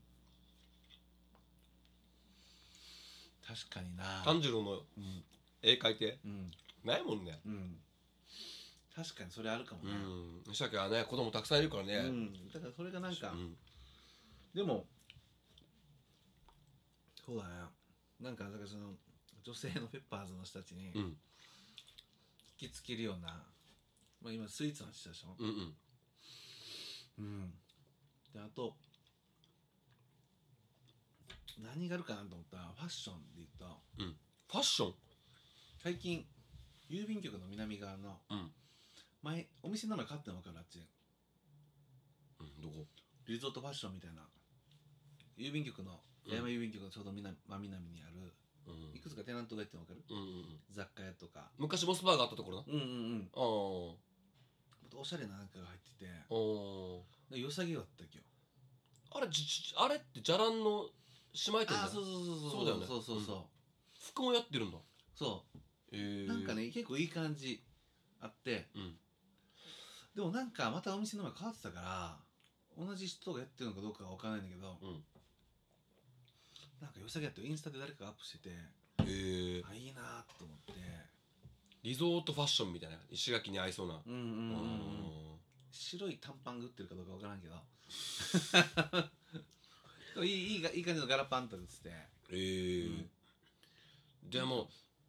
確かにな炭治郎のうん絵描いてうんないもんねうん確かにそれあるかもうね、 んしたけはね子供たくさんいるからねうんだからそれがなんか、 うんでもそうだねなんかだからその女性のペッパーズの人たちにうん引きつけるような、まあ今スイーツの話でしょ、 うんうんうんであと何があるかなと思ったらファッションで言うとファッション最近郵便局の南側のうん前お店の名前買ってんの分かるあっちうんどこリゾートファッションみたいな郵便局のうん八重山郵便局のちょうど南真南にあるうんいくつかテナントがやってるの分かるうんうん雑貨屋とか昔モスバーガーあったところなうんうんうんあーおしゃれななんかが入っててあーで良さげだったっけよあれじじあれってじゃらんの姉妹店じゃないあそうそうそうそうだよねそうそうそう、 服もやってるんだそうえー、 なんかね結構いい感じあってうんでもなんかまたお店の名前変わってたから同じ人がやってるのかどうかは分からないんだけど、 うんなんか良さげやってインスタで誰かがアップしててえー、 あいいなと思ってリゾートファッションみたいな石垣に合いそうなうんうんうん、うん、 うん白い短パンが売ってるかどうか分からんけどでもいいいいがいい感じのガラパンとか売っててえーでも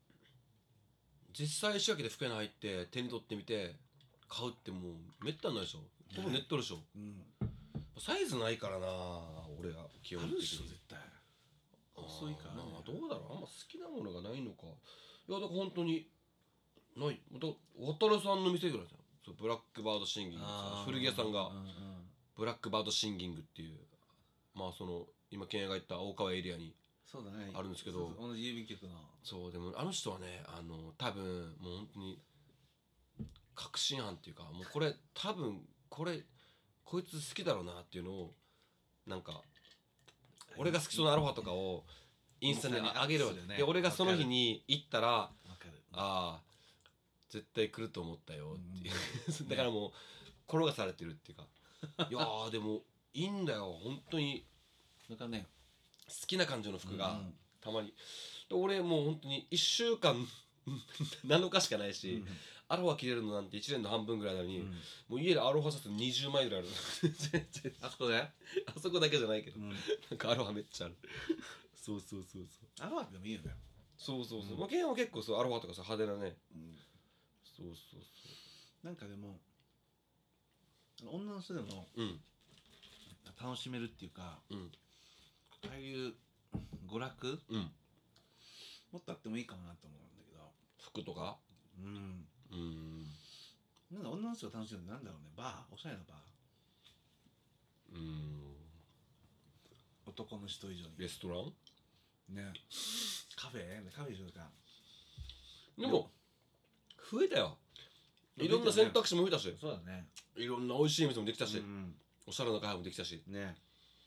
実際石垣で服屋に入って手に取ってみて買うってもうめったにないでしょほぼネットでしょ、 うんサイズないからな俺は基あ本的にるでしょ絶対細いからねまあどうだろうあんま好きなものがないのかいやだから本当にないだ渡さんの店ぐらいだよそうブラックバードシンギングあー古着屋さんがうんうんブラックバードシンギングっていうまあその今ケンヤが言った大川エリアにそうだねあるんですけどそうそう同じ郵便局のそうでもあの人はねあの多分もう本当に確信犯っていうかもうこれ多分これこいつ好きだろうなっていうのをなんか俺が好きそうなアロハとかをインスタに上げるわけインスタにアップするよねで俺がその日に行ったらわかるああ絶対来ると思ったよっていう、 うんだからもう転がされてるっていうかいやーでもいいんだよ本当になんかね好きな感じの服がうんたまにで俺もう本当にいっしゅうかんなのかしかないし、 うんアロハ着れるのなんていちねんの半分ぐらいなのに、 うんもう家でアロハシャツにじゅうまいぐらいある全然あそこで、 あそこだけじゃないけど、 うん、 なんかアロハめっちゃあるそうそうそうそうアロハでもいいよね、 そうそうそう、 うんまあケンは結構そうアロハとかさ派手なねうん、 そうそうなんかでも女の人でもそううん楽しめるっていうかうんああいう娯楽うんもっとあってもいいかなと思うんだけど服とかうんうんなんだ女の人が楽しむのなんだろうねバーおしゃれなバーうん男の人以上にレストランねカフェカフェ以上かでも増えたよいろんな選択肢も増えたしそうだねいろんな美味しい店もできたし、 うんおしゃれなカフェもできたしね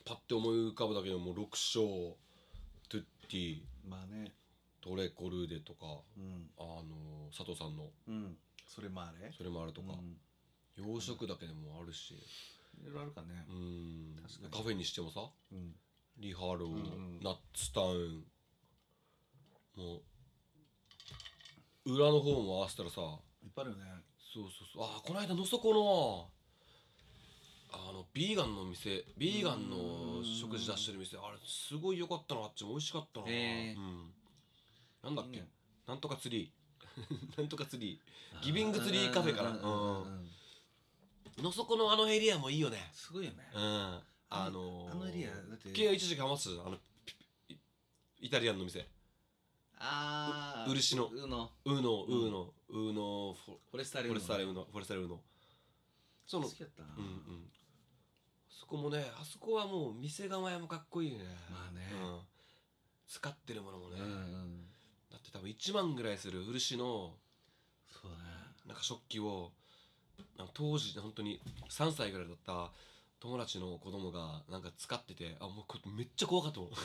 パッて思い浮かぶだけでもろく章トゥッティまあねトレコルーデとかうんあの佐藤さんのうんそれもあれそれもあるとか、 うん洋食だけでもあるし、 いろいろあるかねうん確かにカフェにしてもさうんリハロー、 うんうんナッツタウンもう裏の方も合わせたらさいっぱいあるよねそうそうそうあーこの間のそこのあのビーガンの店ビーガンの食事出してる店あれすごい良かったなあっちも美味しかったな、 へーうん、なんだっけいいねなんとかツリーなんとかツリーギビングツリーカフェかなうんうんうんうんのそこのあのエリアもいいよねすごいよねうんあのー、 あのエリアだってケイ一時期ハマってたあのピピイタリアンの店あーう漆のうのウーノウーノウーノフォフォレスタレフォレスタレウノフォレスタレウノその好きだったなうんうんそこもねあそこはもう店構えもかっこいいよねまあねうん、使ってるものもね、 うんうんだって多分いちまんぐらいする漆のそうだねなんか食器をあの当時本当にさんさいぐらいだった友達の子供がなんか使っててあもうこれめっちゃ怖かったもん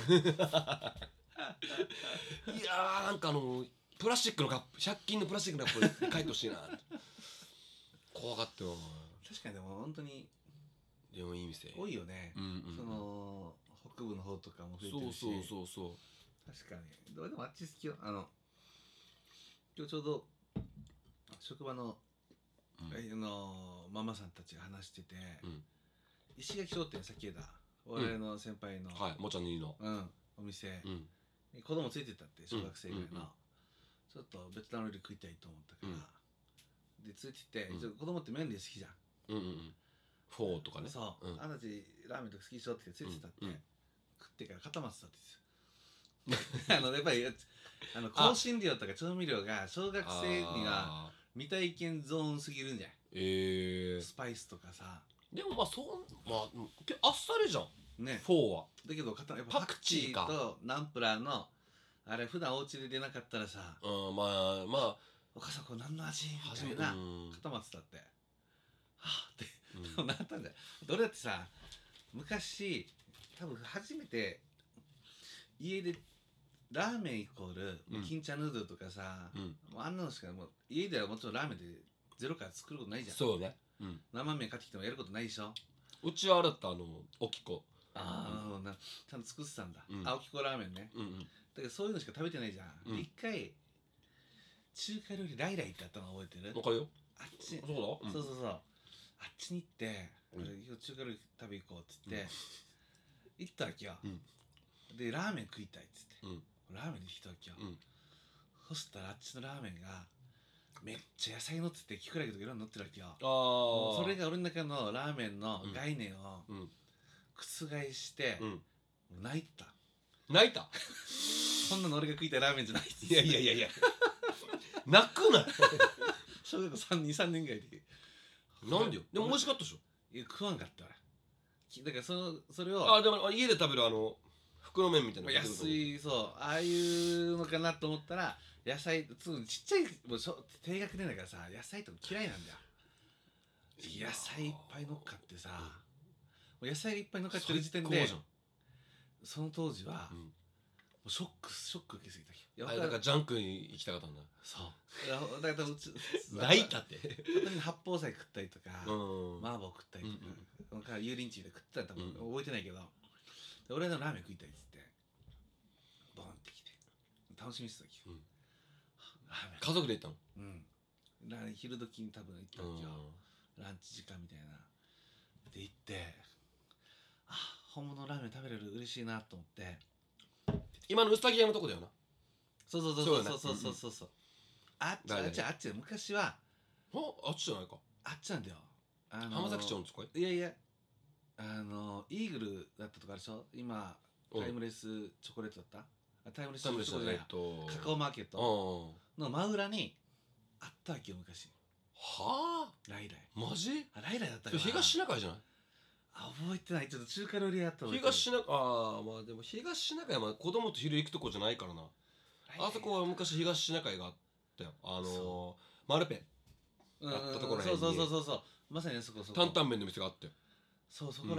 いやーなんかあのプラスチックのカップひゃく均のプラスチックのカップ書いてほしいな怖かったよ確かにでも本当にでもいい店多いよねうんうんその北部の方とかも増えてるしそうそうそうそう確かにでもあっち好きよあの今日ちょうど職場の,、 うんあのママさんたちが話してて、 うん石垣商店さっきだ我々の先輩の、 はいもちゃんにいいのうん、お店うんに子供ついてたって小学生ぐらいの、 うんうんうんちょっとベトナム料理食いたいと思ったから、でついてて、 うん一応子供って麺類好きじゃん、 うんうんうんフォーとかねそう、 んあんたちラーメンとか好きでしょってついてたって、 うんうん食ってから固まってたって言ってたあのやっぱりあの香辛料とか調味料が小学生にはあ未体験ゾーンすぎるんじゃん、 ーえー、 スパイスとかさでもまあそうまあうんけあっさりじゃんねフォーはだけどかたやっぱパクチーパクチーとナンプラーのあれ普段お家で出なかったらさうんまあまお母さんこれ何の味みあたいなうん固まってたってはあってうんなったんだよ俺だってさ昔多分初めて家でラーメンイコール、 うん金茶ヌードルとかさ、 うんもうあんなのしかもう家ではもちろんラーメンでゼロから作ることないじゃんそうね、うん、 生麺買ってきてもやることないでしょうちはあれだったあのおきこああ、なちゃんと作ってたんだ、 うん青木こラーメンねうんうんだけどそういうのしか食べてないじゃん、 うんで一回中華料理ライライってあったの覚えてるわかるよあっちそうだ、うん、 そうそうそうあっちに行って、 うん俺今日中華料理食べ行こうっつって、行ったわけよ、 うんでラーメン食いたいっつって、 うんラーメンで来たわけよ、 うんそしたらあっちのラーメンがめっちゃ野菜乗っててキクラゲとかいろんなの乗ってるわけよああそれが俺の中のラーメンの概念をうん覆してう、ん泣いた泣いたそんなの俺が食いたいラーメンじゃないっつっていやいやいやいや泣くな小学校さんにさんねんぐらいでなんでよでも美味しかったでしょいや食わんかったわきだからそのそれをあでもあ家で食べるあの袋麺みたいなの安いそうああいうのかなと思ったら野菜つうちっちゃいもうしょ低学年だからさ野菜とか嫌いなんだよ野菜いっぱい乗っかってさもう野菜がいっぱい乗っかってる時点で最高じゃんその当時は、 うんもうショックショック受けすぎたいやあれだからジャンクに行きたかったんだそういやだからうち泣いたって本当に八宝菜食ったりとか、 うん麻婆食ったりとか、 うんなんか油淋鶏で食ってたら多分うん覚えてないけど、で俺のラーメン食いたいっつってボンってきて楽しみにしてたわけよ、 うんラーメン家族で行ったのうんラー昼時に多分行ったわけよ、 うランチ時間みたいなで行ってあ本物のラーメン食べれる嬉しいなと思ってん今のうさぎ屋のとこだよなそうそうそうそうよねそうそうそうそうそうあっちだよねあっちあっち昔はああっちじゃないかあっちなんだよあのー浜崎町のとこいやいやあのイーグルだったとかあるでしょ今うんタイムレスチョコレートだったあタイムレスチタイムレスだョコレートねえっとカカオマーケットうんの真裏にあったわけよ昔はあライライマジあライライだったかなそれ東シナ海じゃないあ覚えてないちょっと中華料理屋と東シナああまあでも東シナ海はまあ子供と昼行くとこじゃないからなあそこは昔東シナ海があったよあのーそマルペうんあったところらへんにそうそうそうそうそうまさにそこそこ担々麺の店があってそうそこらへん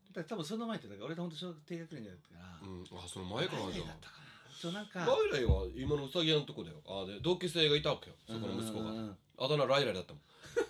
だから多分その前ってだから俺と本当小学低学年だったから、 うん、あその前からじゃん。 だったかな。そうなんかライライは今のうさぎ屋のとこだよ。あで同級生がいたわけよ、そこの息子が。 うんうんうんあだ名ライライだったもん。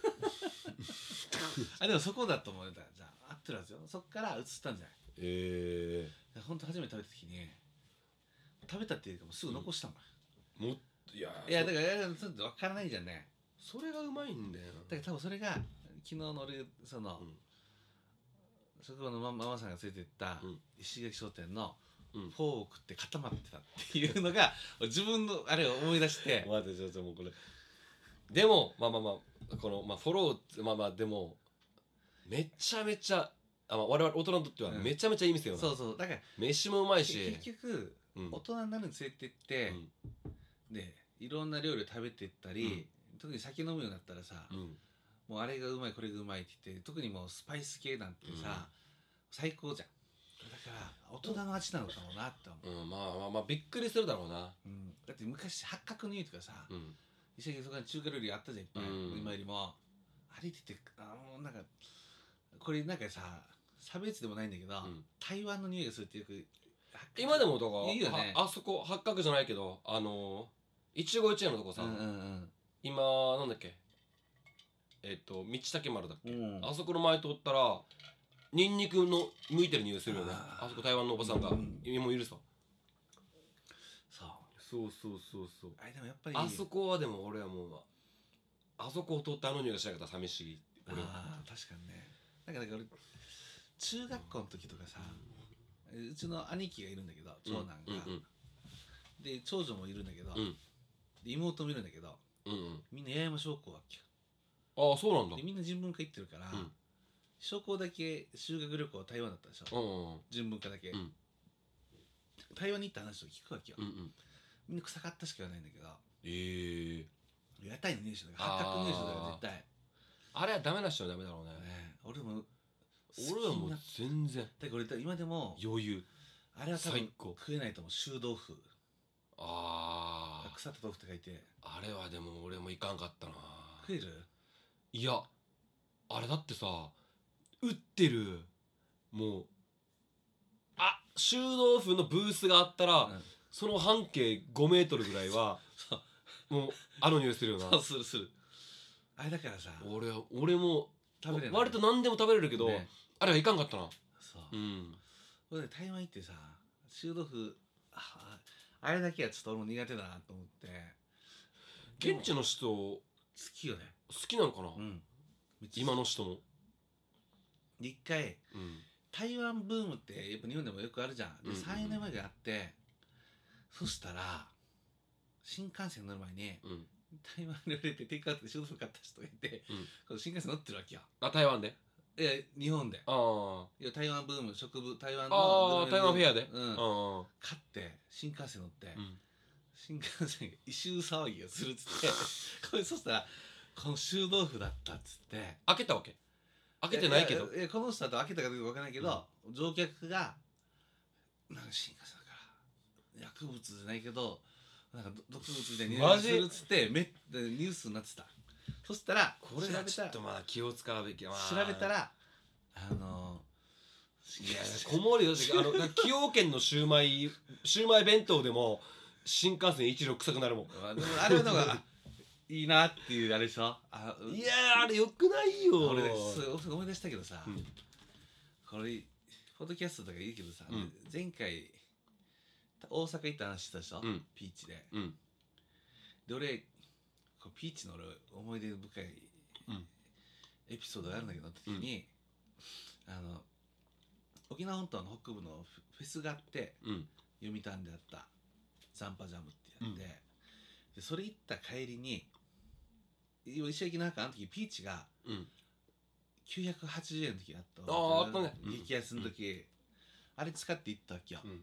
あでもそこだと思う。だじゃあ合ってるはずよ。そっから移ったんじゃない。 えだから本当初めて食べた時に食べたっていうかもうすぐ残したもん、 ー、もっといやいやだからいやちょっと分からないじゃんね。 それがうまいんだよ。 だから多分それが昨日の俺その、 うん職場のマママさんが連れてったうん石垣商店のうんフォーを食って固まってたっていうのが自分のあれを思い出して待ってちょっともうこれでもまあまあまあこのまあフォローまあまあでもめちゃめちゃあ、まあ、我々大人にとってはめちゃめちゃいい店よな、 そうそうだから飯もうまいし結局うん大人になるにつれてって、でいろんな料理を食べていったり、特に酒飲むようになったらさ、 うんもうあれがうまいこれがうまいって言って特にもうスパイス系なんてさ、 うん最高じゃん。だから大人の味なのかもなって思う、 うん、まあまあまあびっくりするだろうな。 うん、だって昔八角の湯とかさ、 うん石垣そこに中華料理あったじゃんいっぱい、 うん今よりもあれっててあもうなんかこれなんかさ差別でもないんだけど、 ん台湾の匂いがするってよく今でもだからいいよねああそこ八角じゃないけどあのー、一期一会のとこさ、 うんうん今なんだっけえっ、と道竹丸だっけ、 うんうんあそこの前通ったらニンニクの向いてる匂いするよね。 あーあそこ台湾のおばさんが、 うん今もいるさ。 そうそうそうそうそうあれでもやっぱりあそこはでも俺はもうあそこを通ってあの匂いがしなかったら寂しい俺は。 あー確かにねだから俺中学校の時とかさ、うちの兄貴がいるんだけど長男が、 うんうんで長女もいるんだけど、 うんで妹もいるんだけどうんうんみんな八重山商工わけよ。 ああそうなんだ。 でみんな人文科行ってるから、 うん商工だけ修学旅行台湾だったでしょ、 うんうん人文科だけ、 うん台湾に行った話を聞くわけよ、 うんうんみんな臭かったしか言わないんだけどええ屋台の入手とか八角入手とか絶対、 あれはダメな人はダメだろうね。 ね、俺も俺はもう好きになっ全然だから俺今でも余裕。 あれは多分最高食えないと思う。臭豆腐ああ腐った豆腐って書いてあれはでも俺もいかんかったな。 食える。 いやあれだってさ売ってるもうあ臭豆腐のブースがあったら、 うんその半径ごメートルぐらいはそうもうあの匂いするよな。 そうするするあれだからさ俺は俺も食べれない割と何でも食べれるけど、 ねあれはいかんかったな。 そううん俺台湾行ってさ臭豆腐ああれだけはちょっと俺も苦手だなと思って現地の人好好きよね。 きなのかな、 うん今の人も。 で一回うん台湾ブームってやっぱ日本でもよくあるじゃん。でうんうんうんさん、よねんまえがあってそしたら新幹線乗る前にうん台湾料理ってテイクアウトで臭豆腐買った人がいて、 うんこの新幹線乗ってるわけよ。 あ台湾でいや日本であいや台湾ブーム食部台湾あのあー台湾フェアでうんあ買って新幹線乗って、 うん新幹線が異臭騒ぎがするっつってこれそしたらこの臭豆腐だったっつって開けたわけ開けてないけどややいやこの人だと開けたかどうか分からないけど、乗客がなんか新幹線だから薬物じゃないけどなんか毒物みたいにマジするっつってめニュースになってた。そしたらこれ調べたらはちょっとまあ気を使うべき、まあ、 調べたらあのいやこもりだってあの崎陽軒のシューマイシューマイ弁当でも新幹線一両臭くなるもん。 あでもあれのがいいなっていうあれでしょ。あいやーあれよくないよ。 俺ねそう思い出したけどさ、 うんこれポッドキャストとかいいけどさ、 うん前回大阪行った話したでしょ、 うんピーチでうんで俺こうピーチの俺思い出深いうんエピソードがあるんだけど時に、あの沖縄本島の北部のフェスがあってうん読谷であったザンパジャムってやって、でそれ行った帰りに石垣なんかあの時ピーチがうんきゅうひゃくはちじゅうえんの時あったあーあったね激安の時、あれ使って行ったわけよ、 うん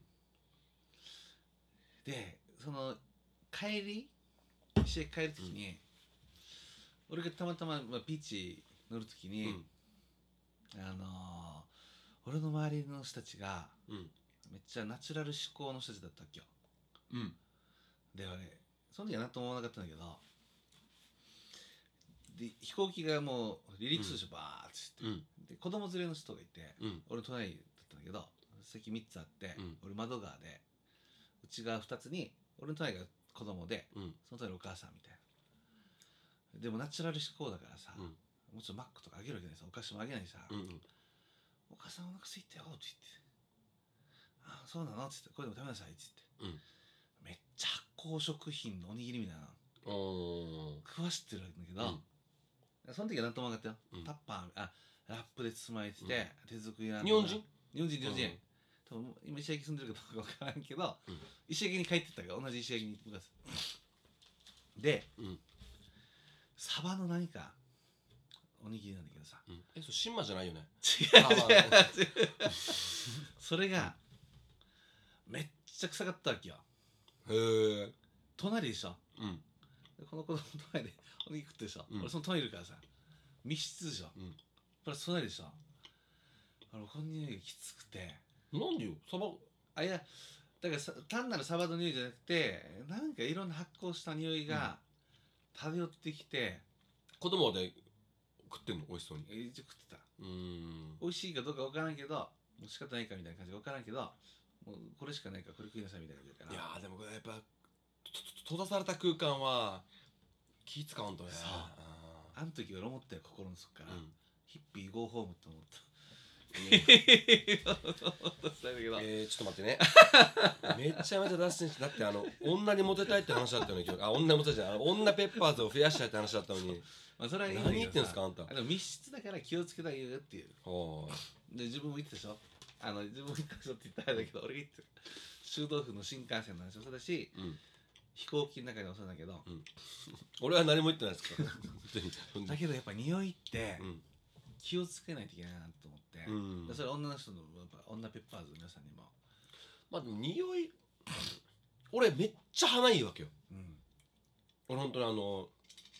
でその帰り石垣帰る時に、俺がたまたま、まあ、ピーチ乗る時に、 うんあのー俺の周りの人たちがうんめっちゃナチュラル志向の人たちだったわけよ。 うんで俺その時は何とも思わなかったんだけどで飛行機がもう離陸するでしょ、バーッつって、 うんで子供連れの人がいて、 うん俺隣だったんだけど席みっつあって、 うん俺窓側で内側ふたつに俺の隣が子供で、 うんその隣お母さんみたいな。でもナチュラル思考だからさ、 うんもちろんマックとかあげるわけないさ、お菓子もあげないしさ、 うんうんお母さんお腹空いたよって言って、ああそうなのって言って、これでも食べなさいって言って、 うんめっちゃ発酵食品のおにぎりみたいなのおー食わしてるんだけど、 うんその時は何とも分かったよ、 うんタッパーあラップで包まれてて、手作りなんだ日本人日本人日本人、 うん多分今石垣住んでるかどうか分からんけど、 うん石垣に帰ってったけど同じ石垣に昔でうんサバの何かおにぎりなんだけどさ、 うんえそれ新馬じゃないよね違うあまあ違う違うそれがめっちゃ臭かったわけよ。 へえ隣でしょ、 うんでこの子供の隣でおにぎり食ってるでしょ、 うん俺その隣いるからさ密室でしょ、 うんプラス隣でしょ、あのこの匂いがきつくて、 なんでよサバあいやだからさ単なるサバの匂いじゃなくてなんかいろんな発酵した匂いが漂ってきて、 子供で食ってんの美味しそうにえ一応食ってた。 うーん美味しいかどうか分からんけどもう仕方ないかみたいな感じで分からんけど、もうこれしかないからこれ食いなさいみたいな感じだから。 いやーでもやっぱと閉ざされた空間は気使わんとねそうあの時俺思ったよ、心の底から、 うんヒッピーゴーホームって思ったえー、ちょっと待ってねめちゃめちゃ脱線してだってあの女にモテたいって話だったのにあ女にモテたいじゃんあの女ペッパーズを増やしたいって話だったのにまあそれはいいんだけどさ、 何言ってんすかあんたでも密室だから気をつけたいよっていう。 はで自分も言ってたでしょ、あの自分も言ったでしょって言ったらあれだけど、俺が言ってた修道府の新幹線の話もそうだし、 あ、うん、 飛行機の中でもそうだけど、 俺は何も言ってないですから本当にだけどやっぱ匂いってうん気をつけないといけないなと思って、 うんでそれ女の人のやっぱ女ペッパーズの皆さんにも、 まあでも匂い俺めっちゃ鼻いいわけようん、 俺本当にあの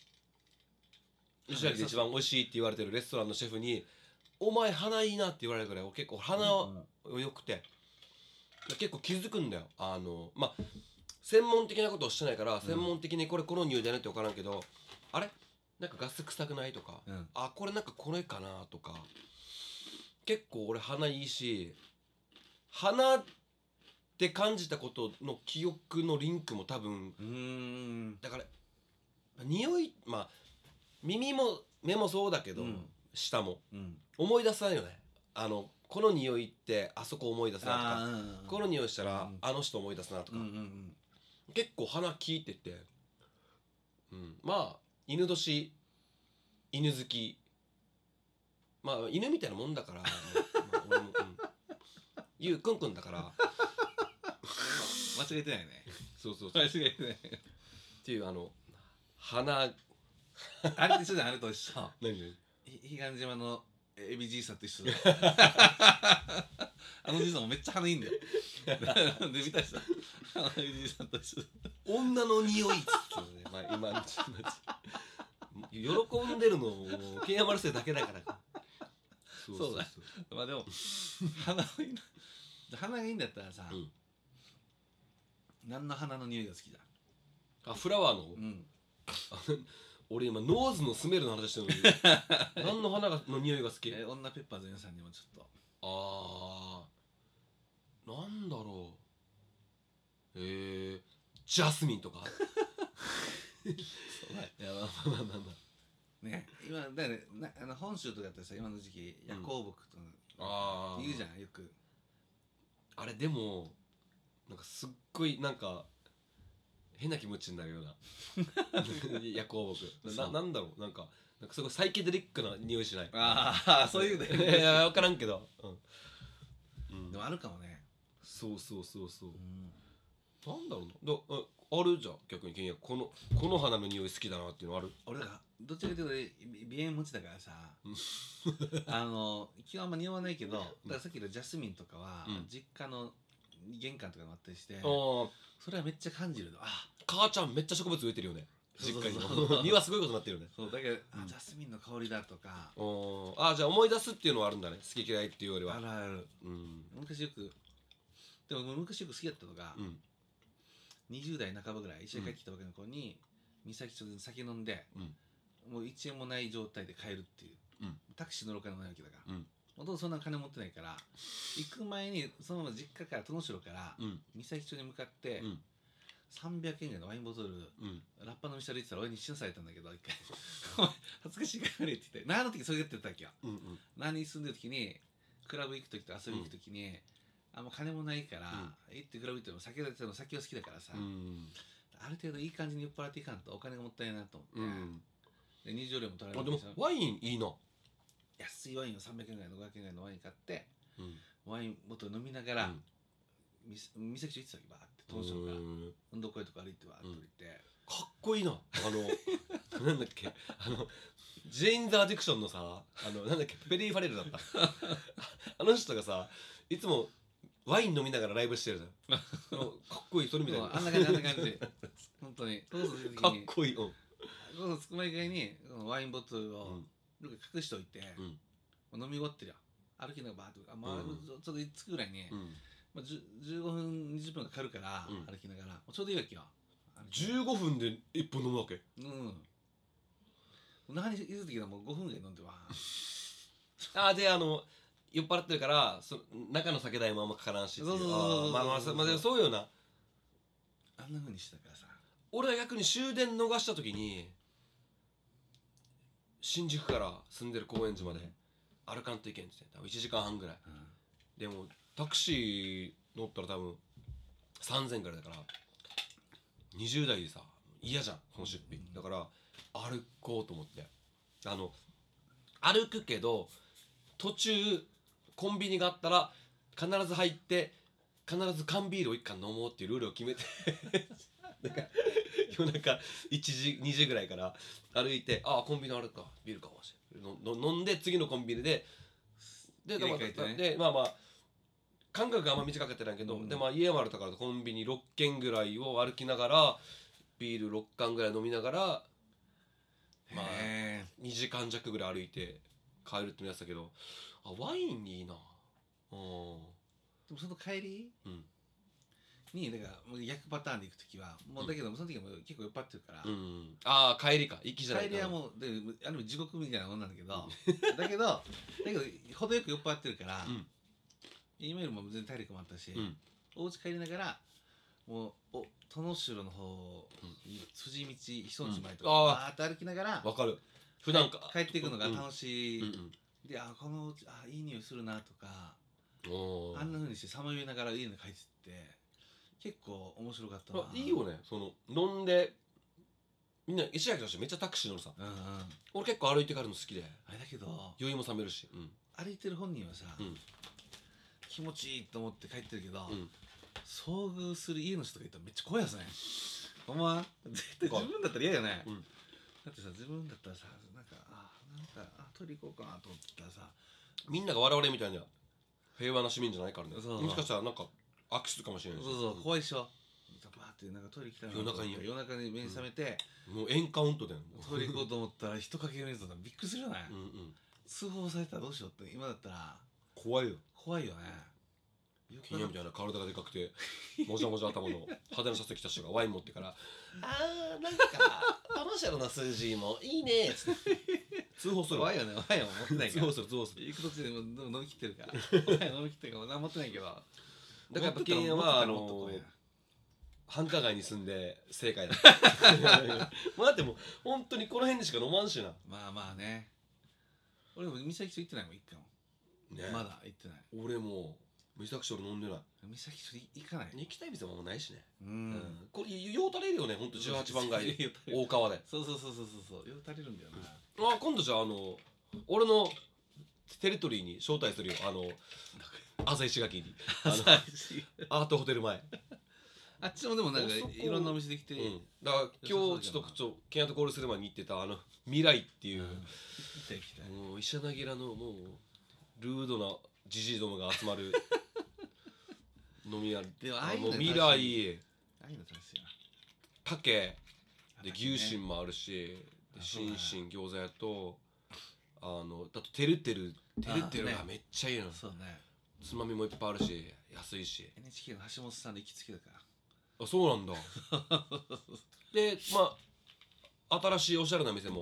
石垣で一番美味しいって言われてるレストランのシェフに「お前鼻いいな」って言われるぐらい俺結構鼻良くて、結構気づくんだよ。あのまあ専門的なことをしてないから専門的にこれこの匂いだねって分からんけど、あれなんかガス臭くないとか、 うんあこれなんかこれかなとか、結構俺鼻いいし、鼻って感じたことの記憶のリンクも多分うーんだから匂いまあ耳も目もそうだけど、 うん舌もうん思い出さないよね。あのこの匂いってあそこ思い出すなとか、 あーこの匂いしたら、 うんあの人思い出すなとか、 うんうんうん結構鼻効いてて、うん、まあ犬年犬好きまあ犬みたいなもんだから、まあ、俺も、うん、ゆうくんくんだから間違えてないねそうそうそうっ間違えてないていうあの鼻あれと一緒だあれと一緒何ひ彼岸島のエビじいさんと一緒だあのじいさんもめっちゃ鼻いいんだよで見た人あのエビじいさんと一緒だ女の匂いっつってね、まあ、今喜んでるのもケンヤマルセだけだからそうだまあでも鼻がいいな鼻がいいんだったらさ、 うん何の花の匂いが好きだ。 あフラワーの、 うん俺今ノーズのスメルの話してるのに何の花がの匂いが好き？ え女ペッパーズの皆さんにもちょっとあーなんだろうえー、ジャスミンとかいやまあまあまあまあまあね今だからねなあの本州とかだったらさ今の時期夜光木とあー言うじゃんよく。 あれでもなんかすっごいなんか変な気持ちになるような夜光木ななんだろうなんかなんかすごいサイケデリックな匂いしないああそういういねや分からんけど、うんうん、 でもあるかもね。 そうそうそうそううんなんだろうなだああるじゃん逆にケンヤこのこの花の匂い好きだなっていうのある俺がどっちかというと鼻炎持ちだからさうんあの基本あんま匂わないけどだからさっきのジャスミンとかは、 うん実家の玄関とかにもあったりして、 あーそれはめっちゃ感じるの。あ母ちゃんめっちゃ植物植えてるよね実家にそうそうそう庭すごいことになってるよねそうだけど、あうんジャスミンの香りだとかおーあーじゃあ思い出すっていうのはあるんだね好き嫌いっていうよりはあるある。 うん昔よくでも昔よく好きだったのが、 うんにじゅう代半ばぐらい一緒に帰ってきたばかりの子に、美咲ちょっと酒飲んで、 うんもういちえんもない状態で帰るっていう、 うんタクシー乗るお金もないわけだから、 うんもともとそんな金持ってないから行く前にそのまま実家から殿城からうん三崎町に向かってうんさんびゃくえんぐらいのワインボトルうんラッパ飲みしたら言ってたら俺に死なされたんだけど一回お前恥ずかしいからって言って何の時それやってたっけようんうん何に住んでる時にクラブ行く時と遊び行く時に、あんま金もないから、行ってクラブ行っても酒だっても酒は好きだからさ、 うんある程度いい感じに酔っ払っていかんとお金がもったいないなと思って、 うんで入場料も取られあでもるわけでしょワインいいな安いワインをさんびゃくえんぐらいのごひゃくえんぐらいのワイン買ってうんワインボトル飲みながら、 うんみ三崎町行ってたわけバーって当初からうん運動会とか歩いてバーって降りて、 かっこいいなあのなんだっけあのジェイン・ザ・アディクションのさあのなんだっけペリー・ファレルだったあの人がさいつもワイン飲みながらライブしてるじゃんあのかっこいいそれみたいなあんな感じあんな感じ本当に当初出たかっ時にこいいうんこのつくまい会にこのワインボトルをうんどっか隠しておいて、 うん飲み終わってるよ歩きながらバーってあ、まあうんちょちょっと着くぐらいに、 うんまあ、じゅじゅうごふんにじゅっぷんかかるから、 うん歩きながらちょうどいいわけよじゅうごふんでいっぽん飲むわけうん何言う時はもうごふんぐらい飲んでわあであの酔っ払ってるからそ中の酒代もあんまかからんしっていそうそうそうそうあーまあまあそまあでもそうよなあんな風にしてたからさ俺は逆に終電逃した時に新宿から住んでる高円寺まで歩かんといけんって多分いちじかんはんぐらいでもタクシー乗ったら多分さんぜんえんくらいだからにじゅう代でさ嫌じゃんこの出費だから歩こうと思ってあの歩くけど途中コンビニがあったら必ず入って必ず缶ビールをいっかん飲もうっていうルールを決めてなんか夜中いちじにじぐらいから歩いてああコンビニあるかビールかもしれないのの飲んで次のコンビニでで入れ替えてねでまあまあ間隔があんま短かったんやけど、 うんでまあ家もあるからコンビニろっけんぐらいを歩きながらビールろっかんぐらい飲みながらまあへにじかん弱ぐらい歩いて帰るってやつだけどあワインいいなうんでもその帰りうんにだからもう逆パターンで行く時はもうだけどその時はもう結構酔っ払ってるから、 うんああ帰りか行きじゃない帰りはもうである意味地獄みたいなもんなんだけどだけどだけど程よく酔っ払ってるから、 うん今よりも全然体力もあったし、 うんお家帰りながらもうお殿城の方、筋道一つ前とか、 うんあーバーって歩きながらわかる普段か帰っていくのが楽しい、 うんうんであこのお家あいい匂いするなとかおーあんな風にしてさまよいながら家に帰ってって結構面白かったな。 あいいよねその飲んでみんな石垣の人めっちゃタクシー乗るさうんうん俺結構歩いて帰るの好きであれだけど酔いも冷めるしうん歩いてる本人はさ、 うん気持ちいいと思って帰ってるけど、 うん遭遇する家の人がいたらめっちゃ怖いやつねお前絶対自分だったら嫌よね、 うんだってさ自分だったらさなんかあなんかあ取り行こうかなと思ったらさみんなが我々みたいな平和な市民じゃないからねそうそうもしかしたらなんか握手するかもしれないしそうそう怖いでしょバーってなんかトイレ来たな夜中に夜中に目に覚めて、 もうエンカウントだよトイレ行こうと思ったら人かけるやつだったらびっくりするよね、 うんうん通報されたらどうしようって今だったら怖いよ怖いよねよケンヤみたいな体がでかくてもじゃもじゃ頭の派手なシャツ着た人がワイン持ってから「あーなんか楽しやろな数字もいいね」っつって通報する怖いよねワインは持ってないから通報する通報する行く途中でもう飲み切ってるからワイン飲み切ってるから何も持ってないけどだだからやっぱケンヤはあの繁華街に住んで正解だもうだってもう本当にこの辺でしか飲まんしなまあまあね俺も三崎町行ってないもん一回も、 ねまだ行ってない俺も三崎町飲んでない三崎町行かない行きたい店ももうないしねうん、 うんこれようたれるよねほんとじゅうはちばん街ようたれる大川でそうそうそうそうそうそうよう足りるんだよな、 あ今度じゃああの俺のテリトリーに招待するよあの朝石垣にあのアートホテル前あっちもでもなんかあそこいろんなお店できて、 うんだから今日ちょっとちょケンヤとコールする前に行ってたあの未来っていう、 行きたい行きたいもう石柳らのもうルードなジジイどもが集まる飲み屋でもああいうのもう未来ああいうの楽しいな竹で竹ね牛心もあるしであそうだ心ね身餃子屋とあのだとてるてるてるてるがあねめっちゃいいのそうねつまみもいっぱいあるし安いしエヌエイチケー の橋本さんで行きつけだからあそうなんだでまあ新しいおしゃれな店も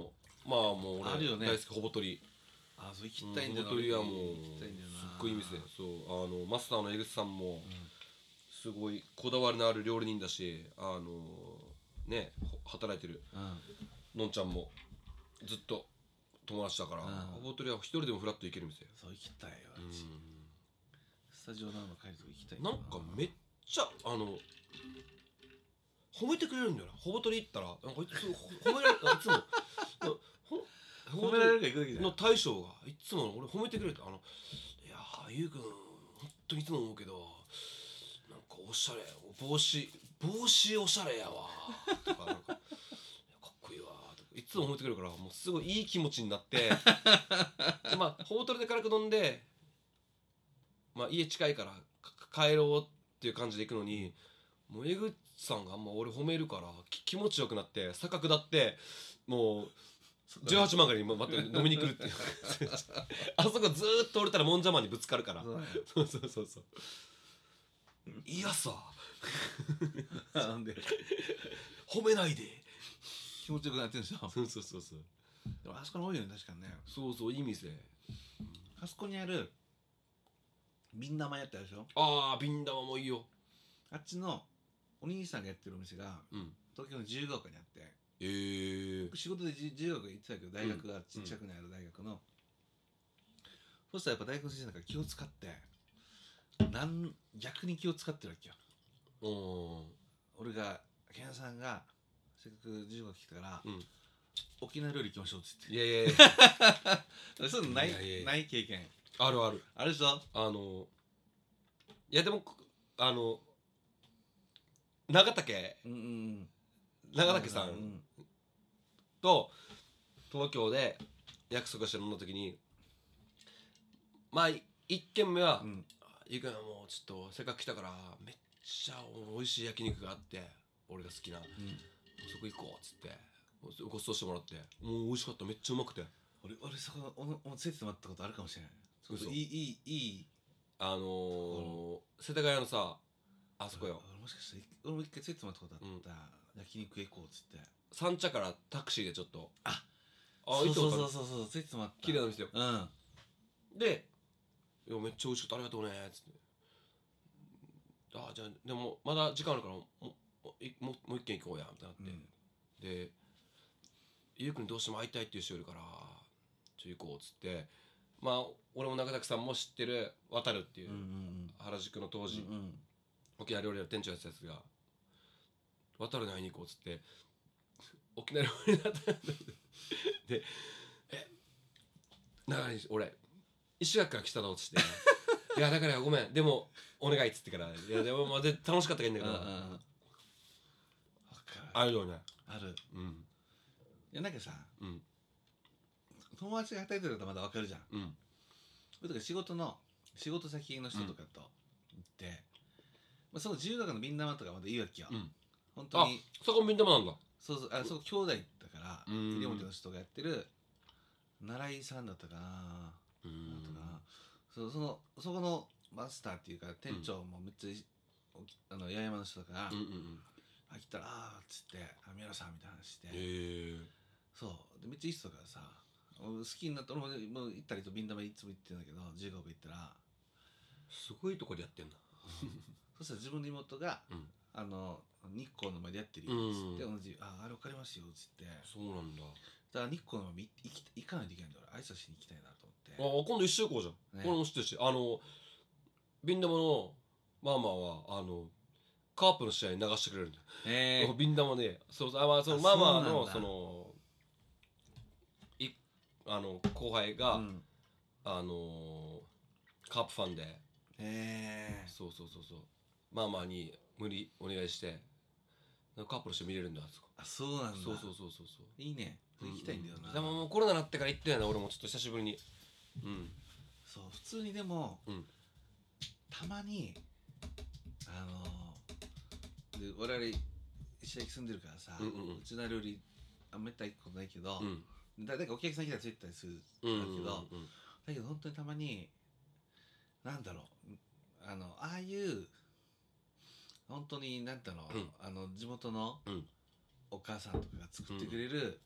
まあもう俺あるよね大好きほぼ鳥。 あそう行きたいんだよな、 ほぼ鳥はもう行きたいんだよなすっごいいい店。そうあのマスターの江口さんもすごいこだわりのある料理人だし、あのねほ働いてるうんのんちゃんもずっと友達だから、 うんほぼ鳥は一人でもフラッと行ける店。 そう行きたいよ、 うスタジオナウの帰るとこ行きたいんなんかめっちゃあの褒めてくれるんだよな。ほぼ鳥行ったらなんかいつもほ褒められいつもほ褒められるから行くだけじゃんの大将がいつも俺褒めてくれて、あのいやーゆうくん本当にいつも思うけどなんかおしゃれ帽子帽子おしゃれやわとかなんかかっこいいわとかいつも褒めてくれるからもうすごいいい気持ちになってでまあほぼ鳥で軽く飲んでまあ家近いからか帰ろうっていう感じで行くのにもう江口さんがあんま俺褒めるからき気持ちよくなって坂下ってもうじゅうはちまんぐらいにまた飲みに来るっていうあそこずーっと俺たらもんじゃまんにぶつかるからそうだよそうそうそうそういやさなんで褒めないで気持ちよくなってるんでしょそうそうそうそうでもあそこに多いよね確かにねそうそういい店。 あそこにあるビン玉屋ってあるでしょああビン玉もいいよ。 あっちのお兄さんがやってるお店がうん東京の自由が丘にあってえー僕仕事で自自由が丘行ってたけど大学がちっちゃくにある大学の、そしたらやっぱ大学の先生だから気を使ってなん逆に気を使ってるわけよ。 うん俺がケンさんがせっかく自由が丘来たから、 うん沖縄料理行きましょうっつっていやいやいやそういうのないいやいやいやない経験あるあるあるでしょ。 あのいやでもあの長竹うんうん長竹さうんんと東京で約束して飲んだ時にまあい一軒目はうん 「ゆうくんもうちょっとせっかく来たからめっちゃ美味しい焼肉があって俺が好きなそこ行こう」っつってご馳走してもらってもう美味しかっためっちゃうまくて俺俺そこおのおついてもらったことあるかもしれない。そうそう嘘いいいいいいあのー、世田谷のさあそこよ俺もしかしたら俺も一回ついてもらったことあった、焼肉行こうっつって三茶からタクシーでちょっとああそうそう行ったことあるそうそうそうついてもらった綺麗な店ようんでいやめっちゃ美味しかったありがとうねっつってあじゃあでもまだ時間あるからももいももう一軒行こうやみたいになって、でゆうくんにどうしても会いたいっていう人いるからちょ行こうっつってまあ俺も中崎さんも知ってる渡るっていう、 うんうん原宿の当時、 うんうん沖縄料理屋の店長やってたやつが渡るに会いに行こうっつって沖縄料理屋だったんだでえ長い俺石垣から来たのっつっていやだからごめんでもお願いっつってからいやでもまあで楽しかったからいいんだけどうんうんうんわかるあるよねあるうんいやなんかさうん友達が働いてる方まだわかるじゃん。 うんそれとか仕事の仕事先の人とかと行って、まあ、その自由が丘のビン玉とかまだいいわけよ、 うん本当にそこみんなもなんだそうそうあそこ兄弟だからうん栗本の人がやってる奈良井さんだったかなうなんとかんなそうそのそこのマスターっていうか店長もめっちゃいおきあの八重山の人だから、 うんうんうんあ来たらあーっつって「あ宮野さん」みたいな話して、 へえそうでめっちゃいい人だからさ俺好きになって俺ももう行ったりとビン玉いつも行ってるんだけど自由が丘行ったらすごいとこでやってんだそしたら自分の妹が、 うんあの日光の前でやってるよっつって、同じ「ああれ分かりますよ」っつってだそうなんだから日光の前に行き行かないといけないんだ俺挨拶しに行きたいなとあ思って今度一周行こうじゃん、 ね俺も知ってるしあのビン玉のマーマーはあのカープの試合に流してくれるんだよへえビン玉でそうそうあまあそのあマーマーのそうなんだそのいあの後輩が、 うんあのカープファンでへえそうそうそうそうマーマーに無理お願いしてカープの試合見れるんだあそこあそうなんだそうそうそうそうそういいね行きたいんだよな、 でももうコロナになってから行ってないな俺もちょっと久しぶりにうんそう普通にでも、 うんたまにあので我々石垣住んでるからさ、 うんうんうんちの料理あんまり行ったことないけど、 うんだ誰かお客さん来たらついてたりするんだけど、 うんうんうんうんだけど本当にたまになんだろうあのああいう本当になんだろう、 うんあの地元のうんお母さんとかが作ってくれる、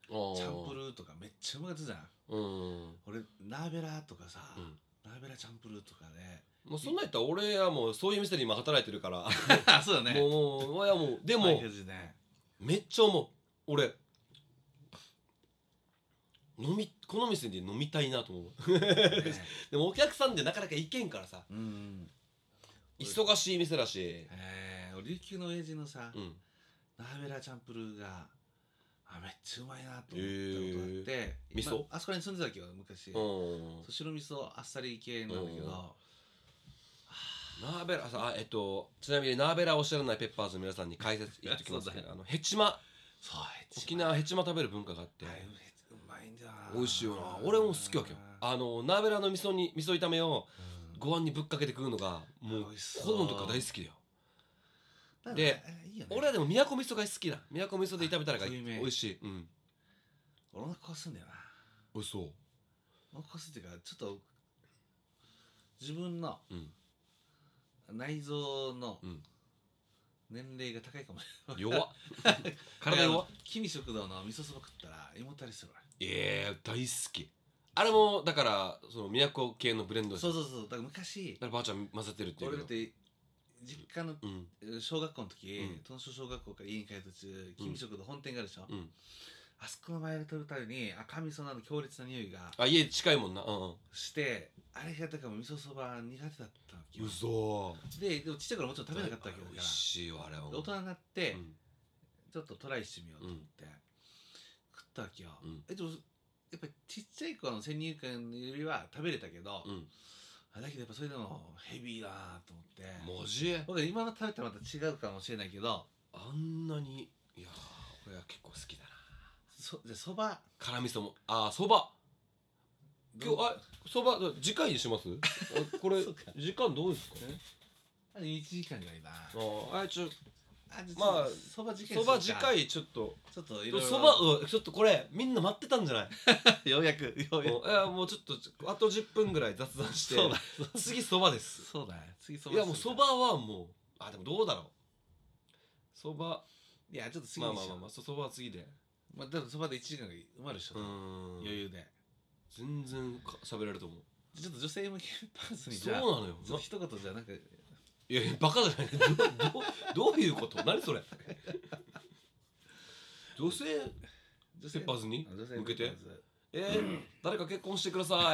ーチャンプルーとかめっちゃうまかったじゃん。 うん俺ナーベラとかさ、 うんナーベラチャンプルーとかでもうそんなんやったら俺はもうそういう店で今働いてるからあそうだね。 もうもういやもうでもマイケルズね。 めっちゃ思う俺飲みこの店で飲みたいなと思うねでもお客さんでなかなか行けんからさうんうん。 忙しい店だしえー、俺琉球の親父のさ、 うんナーベラチャンプルーがあめっちゃうまいなと思ったことがあって、 味噌まあ、あそこに住んでたわけよ昔。 うんそう白味噌あっさり系なんだけど、 うんナーベラさあえっとちなみにナーベラを知らないペッパーズの皆さんに解説言ってきますけそうだどあのヘチマそう沖縄ヘチマ食べる文化があってあれうまいんだよな。 美味しいよな俺も好きわけよあのナーベラの味噌に味噌炒めをうんご飯にぶっかけて食うのがもう美味しそう子供とか大好きだよなんかでえいいよね、 俺はでも宮古味噌が好きだ宮古味噌で炒めたらが美あ濃いめ味しいうん俺お腹壊すんだよな。 美味しそうお腹壊すっていうかちょっと自分のうん内臓のうん年齢が高いかもしれない。 弱っ体弱っ君食堂の味噌そば食ったら胃もたれするわ。 ええ大好きあれもだからその宮古系のブレンドですそうそうそう。だから昔だからばあちゃん混ぜてるっていうけど俺だって実家のうん小学校の時、 うん東証小学校から家に帰る途中君食堂本店があるでしょ、 うんあそこの前で取るたびに赤味噌など強烈な匂いがあ家近いもんなうんうんしてあれがだから味噌そば苦手だったわけよ。 嘘ででもちっちゃい頃もちろん食べなかったわけだから美味しいよあれは大人になって、 うんちょっとトライしてみようと思って、食ったわけよ、 うんえでもやっぱりちっちゃい頃の先入観よりは食べれたけど、 うんあだけどやっぱそれでもヘビーだなと思ってマジ僕今の食べたらまた違うかもしれないけどあんなにいやー俺は結構好きだなそじゃあそば辛味噌もあーそば今日あそば次回にしますあこれそうか時間どうですかあいちじかんぐらいなああちょあじゃまあそば次回そば次回ちょっとちょっといろいろそばうんちょっとこれみんな待ってたんじゃないようやくようやくもういやもうちょっとあとじゅっぷんぐらい雑談してそうだ次そばですそうだ次そばいやもうそばはもうあでもどうだろうそばいやちょっと次にしようまあまあまあまあそそばは次でまあでもそばでいちじかんが埋まるでしょうーん余裕で全然か喋れると思うちょっと女性向けパースにそうなじゃあのよちょっと一言じゃなんかいやいやバカじゃないどどどういうこと何それ女性女ペッパーズに女性向けてペッパーズえー、誰か結婚してください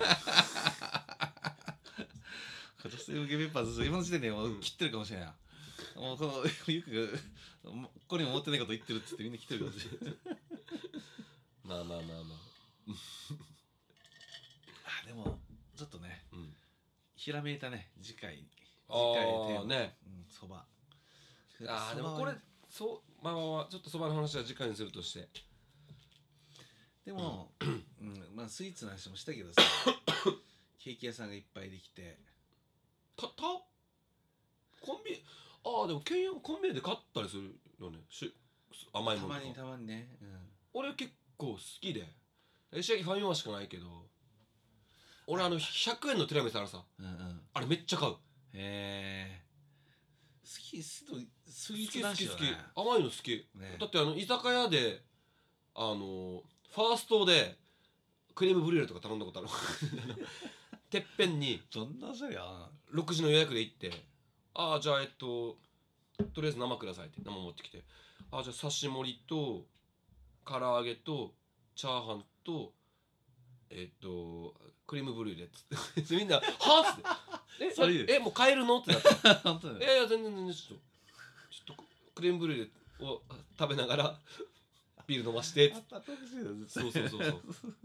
女性向けペッパーズ今の時点でもう切ってるかもしれないな、もうこのゆくここにも思ってないこと言ってるっつってみんな来てるかもしれないまあまあまあまああでもちょっとねうんひらめいたね次回次あ回ーねうんそばあーでもこれそうまあまあまあちょっとそばの話は次回にするとしてでも、うんまあスイーツの話もしたけどさケーキ屋さんがいっぱいできてたたコンビああでもケンヤンコンビニで買ったりするよねし甘いたものとかまにたまにね、 俺結構好きで石焼きファミマしかないけど俺あのひゃくえんのティラミスあるさうん、うんうんあれめっちゃ買うへえ好きスイスイー好き好き好きツ男子よね甘いの好き、 ねだってあの居酒屋であのファーストでクリームブリュレとか頼んだことあるてっぺんにどんなそりゃろくじの予約で行ってああじゃあえっととりあえず生くださいって生持ってきてああじゃあ刺し盛りと唐揚げとチャーハンとえっとクリームブリュレっつってみんな「はっ!」つって「えそれ言うえもう買えるの?」ってなった本当だいやいや全然全然ちょっとちょっとクリームブリュレを食べながらビール飲ましてっつってあったほしいよ絶そ対うそうそうそう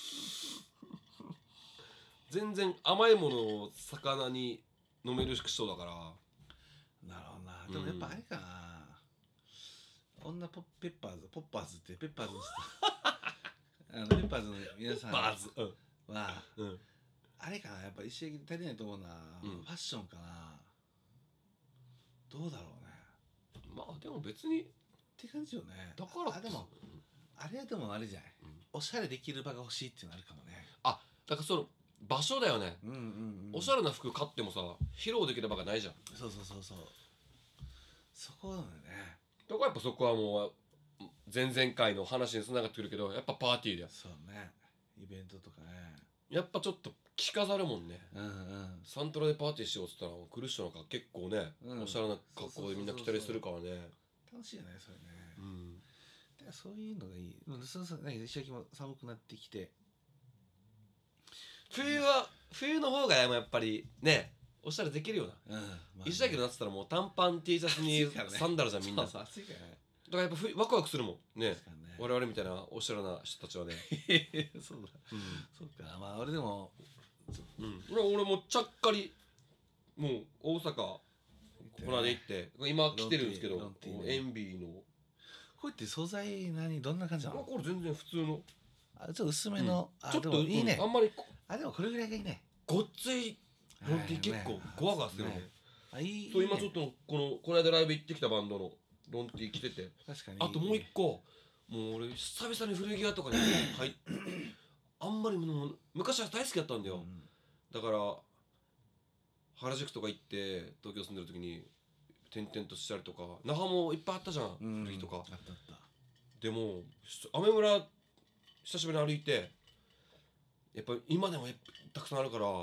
全然甘いものを魚に飲める人だからなるほどなでもやっぱあれかな、女ポペッパーズポッパーズってペッパーズの人あのペッパーズの皆さんバーズうんはうんあれかなやっぱ石焼き足りないと思うな、 うんファッションかなどうだろうねまあでも別にって感じよねだからあでもあれはでもあれじゃない、 うんおしゃれできる場が欲しいっていうのあるかもねあだからその場所だよね、 うんうんうんおしゃれな服買ってもさ披露できる場がないじゃんそうそうそうそうそこだよねだからやっぱそこはもう前々回の話につながってくるけどやっぱパーティーだよ。 そうね、イベントとかね。 やっぱちょっと着飾るもんね。 うんうん。 サントラでパーティーしようっつったら来る人なんか結構ね、 うんおしゃれな格好でみんな来たりするからね。 楽しいよねそれね。 うんだからそういうのがいい。うん、そうそうね、石垣も寒くなってきて。 冬は冬の方がやっぱりねおしゃれできるよな。 うん。まあね石崎のなってたらもう短パン T シャツに暑いからねサンダルじゃんみんな。だそうそう暑いからね。 からやっぱ冬ワクワクするもんね。 確かにね。 我々みたいなおしゃれな人たちはね。 そうだ。 うんそうか。まあ俺でもうん、俺俺もちゃっかりもう大阪この間行って今来てるんですけどロンティーロンティーねエンビーのこうやって素材何どんな感じなあの？ これ全然普通のあちょっと薄めの、あちょっとでもいいねうんあんまりこあでもこれぐらいがいいね。 ごっついロンティー結構ゴワゴワするね。 ねあいいそういいね今ちょっとこのこの間ライブ行ってきたバンドのロンティー着てて確かにあともう一個もう俺久々に古着屋とかに入っあんまりもう昔は大好きだったんだよ。 うんだから原宿とか行って東京住んでる時に転々としたりとか那覇もいっぱいあったじゃん、 うん古着とかあったあったでもアメ村久しぶりに歩いてやっぱ今でもやっぱたくさんあるから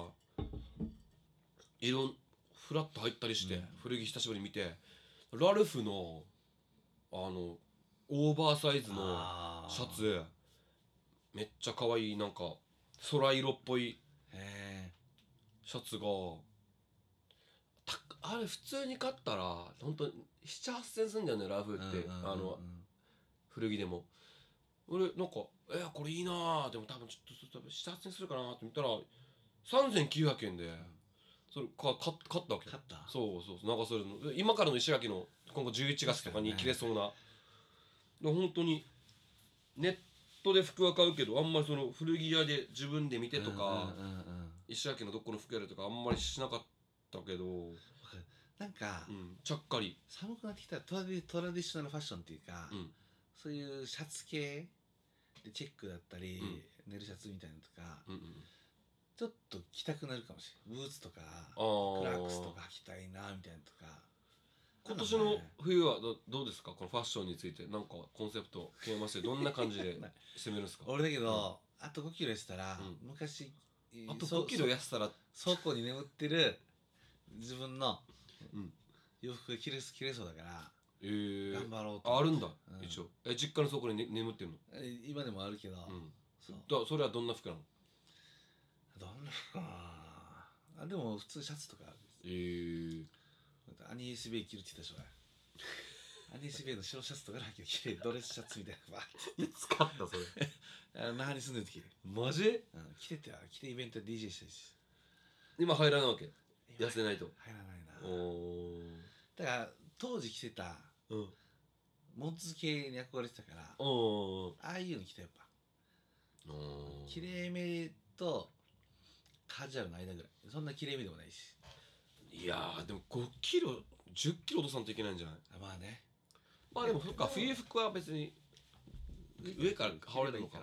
色フラッと入ったりして、 うん古着久しぶりに見てラルフのあのオーバーサイズのあーシャツめっちゃ可愛いなんか空色っぽいへシャツがたあれ普通に買ったらほんとななはっせんすんだよねラフえって、 うんうんうんうんあの古着でも俺なんか「えこれいいなー」でも多分ちょっとななはっせんするかなって見たらさんぜんきゅうひゃくえんでそれかか買ったわけ買ったそうそう長袖の今からの石垣の今後じゅういちがつとかに着れそうな、で本当にネットで服は買うけどあんまりその古着屋で自分で見てとか、 うんうんうんうん石垣のどこの服やるとかあんまりしなかったけど、うなんか、 ん、ちゃっかり、 寒くなってきたらトラディトラディショナルファッションっていうか、 うん、 そういうシャツ系でチェックだったり、 うんネルシャツみたいなのとか、 うんうん、 ちょっと着たくなるかもしれない。ブーツとかあクラッークスとか履きたいなみたいなのとか。 今年の冬はどどうですかこのファッションについてなんかコンセプト決めましてどんな感じで攻めるんですか俺だけど、あとごキロ痩せたら、 うん昔あとそごキロ痩せたら倉庫に眠ってる自分のうん洋服が着れ着れそうだからえー、 頑張ろうとああるんだ、 うん一応え実家の倉庫に、ね、眠ってんのえ今でもあるけど、 うんそうだそれはどんな服なのどんな服かなあでも普通シャツとかあるえー、 アニエスベイ着るって言ったでしょ俺アニエスベイの白シャツとかだけ着てドレスシャツみたいなバーっていつ買ったそれあの那覇に住んでる時、 マジうん、着てて着てイベントで ディージェー したりし今入らないわけ今痩せないと入らないなおだから当時着てたーうんモッツ系に憧れてたからおーああいうの着たやっぱおーきれいめとカジュアルの間ぐらいそんなきれいめでもないしいやーでもごキロじゅっキロ落とさんといけないんじゃないあまあねまあでもそっか冬服は別に上から羽織れるのか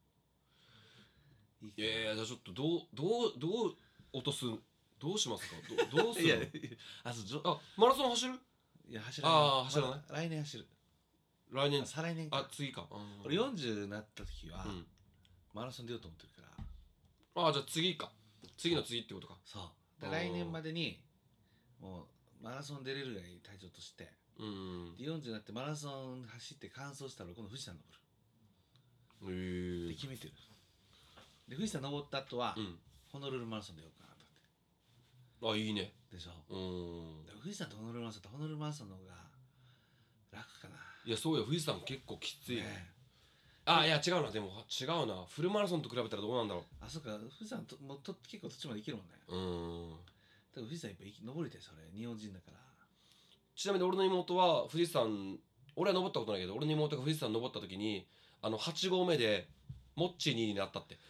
いいいやいやじゃあちょっとどうどうどう落とすどうしますかどどうするいやいやあそうじょあマラソン走るいや走らないあー走らないまだ来年走る来年あ再来年かあ次か俺よんじゅうになった時は、 うんマラソン出ようと思ってるからあじゃあ次か次の次ってことかそうで来年までにもうマラソン出れるぐらい体調としてうんでよんじゅうになってマラソン走って完走したら今度富士山登るへえで決めてるで富士山登った後は、 うんホノルルマラソン出ようかなと思っあいいねてでしょうんで富士山とホノルルマラソンとホノルルマラソンの方が楽かないやそうよ富士山結構きついねねあいや違うなでも違うなフルマラソンと比べたらどうなんだろあそっか富士山ともうと結構途中まで行けるもんねううんだから富士山やっぱ行き登りたいそれ日本人だからちなみに俺の妹は富士山俺は登ったことないけど俺の妹が富士山登った時にあのはち合目でモッチーにになったって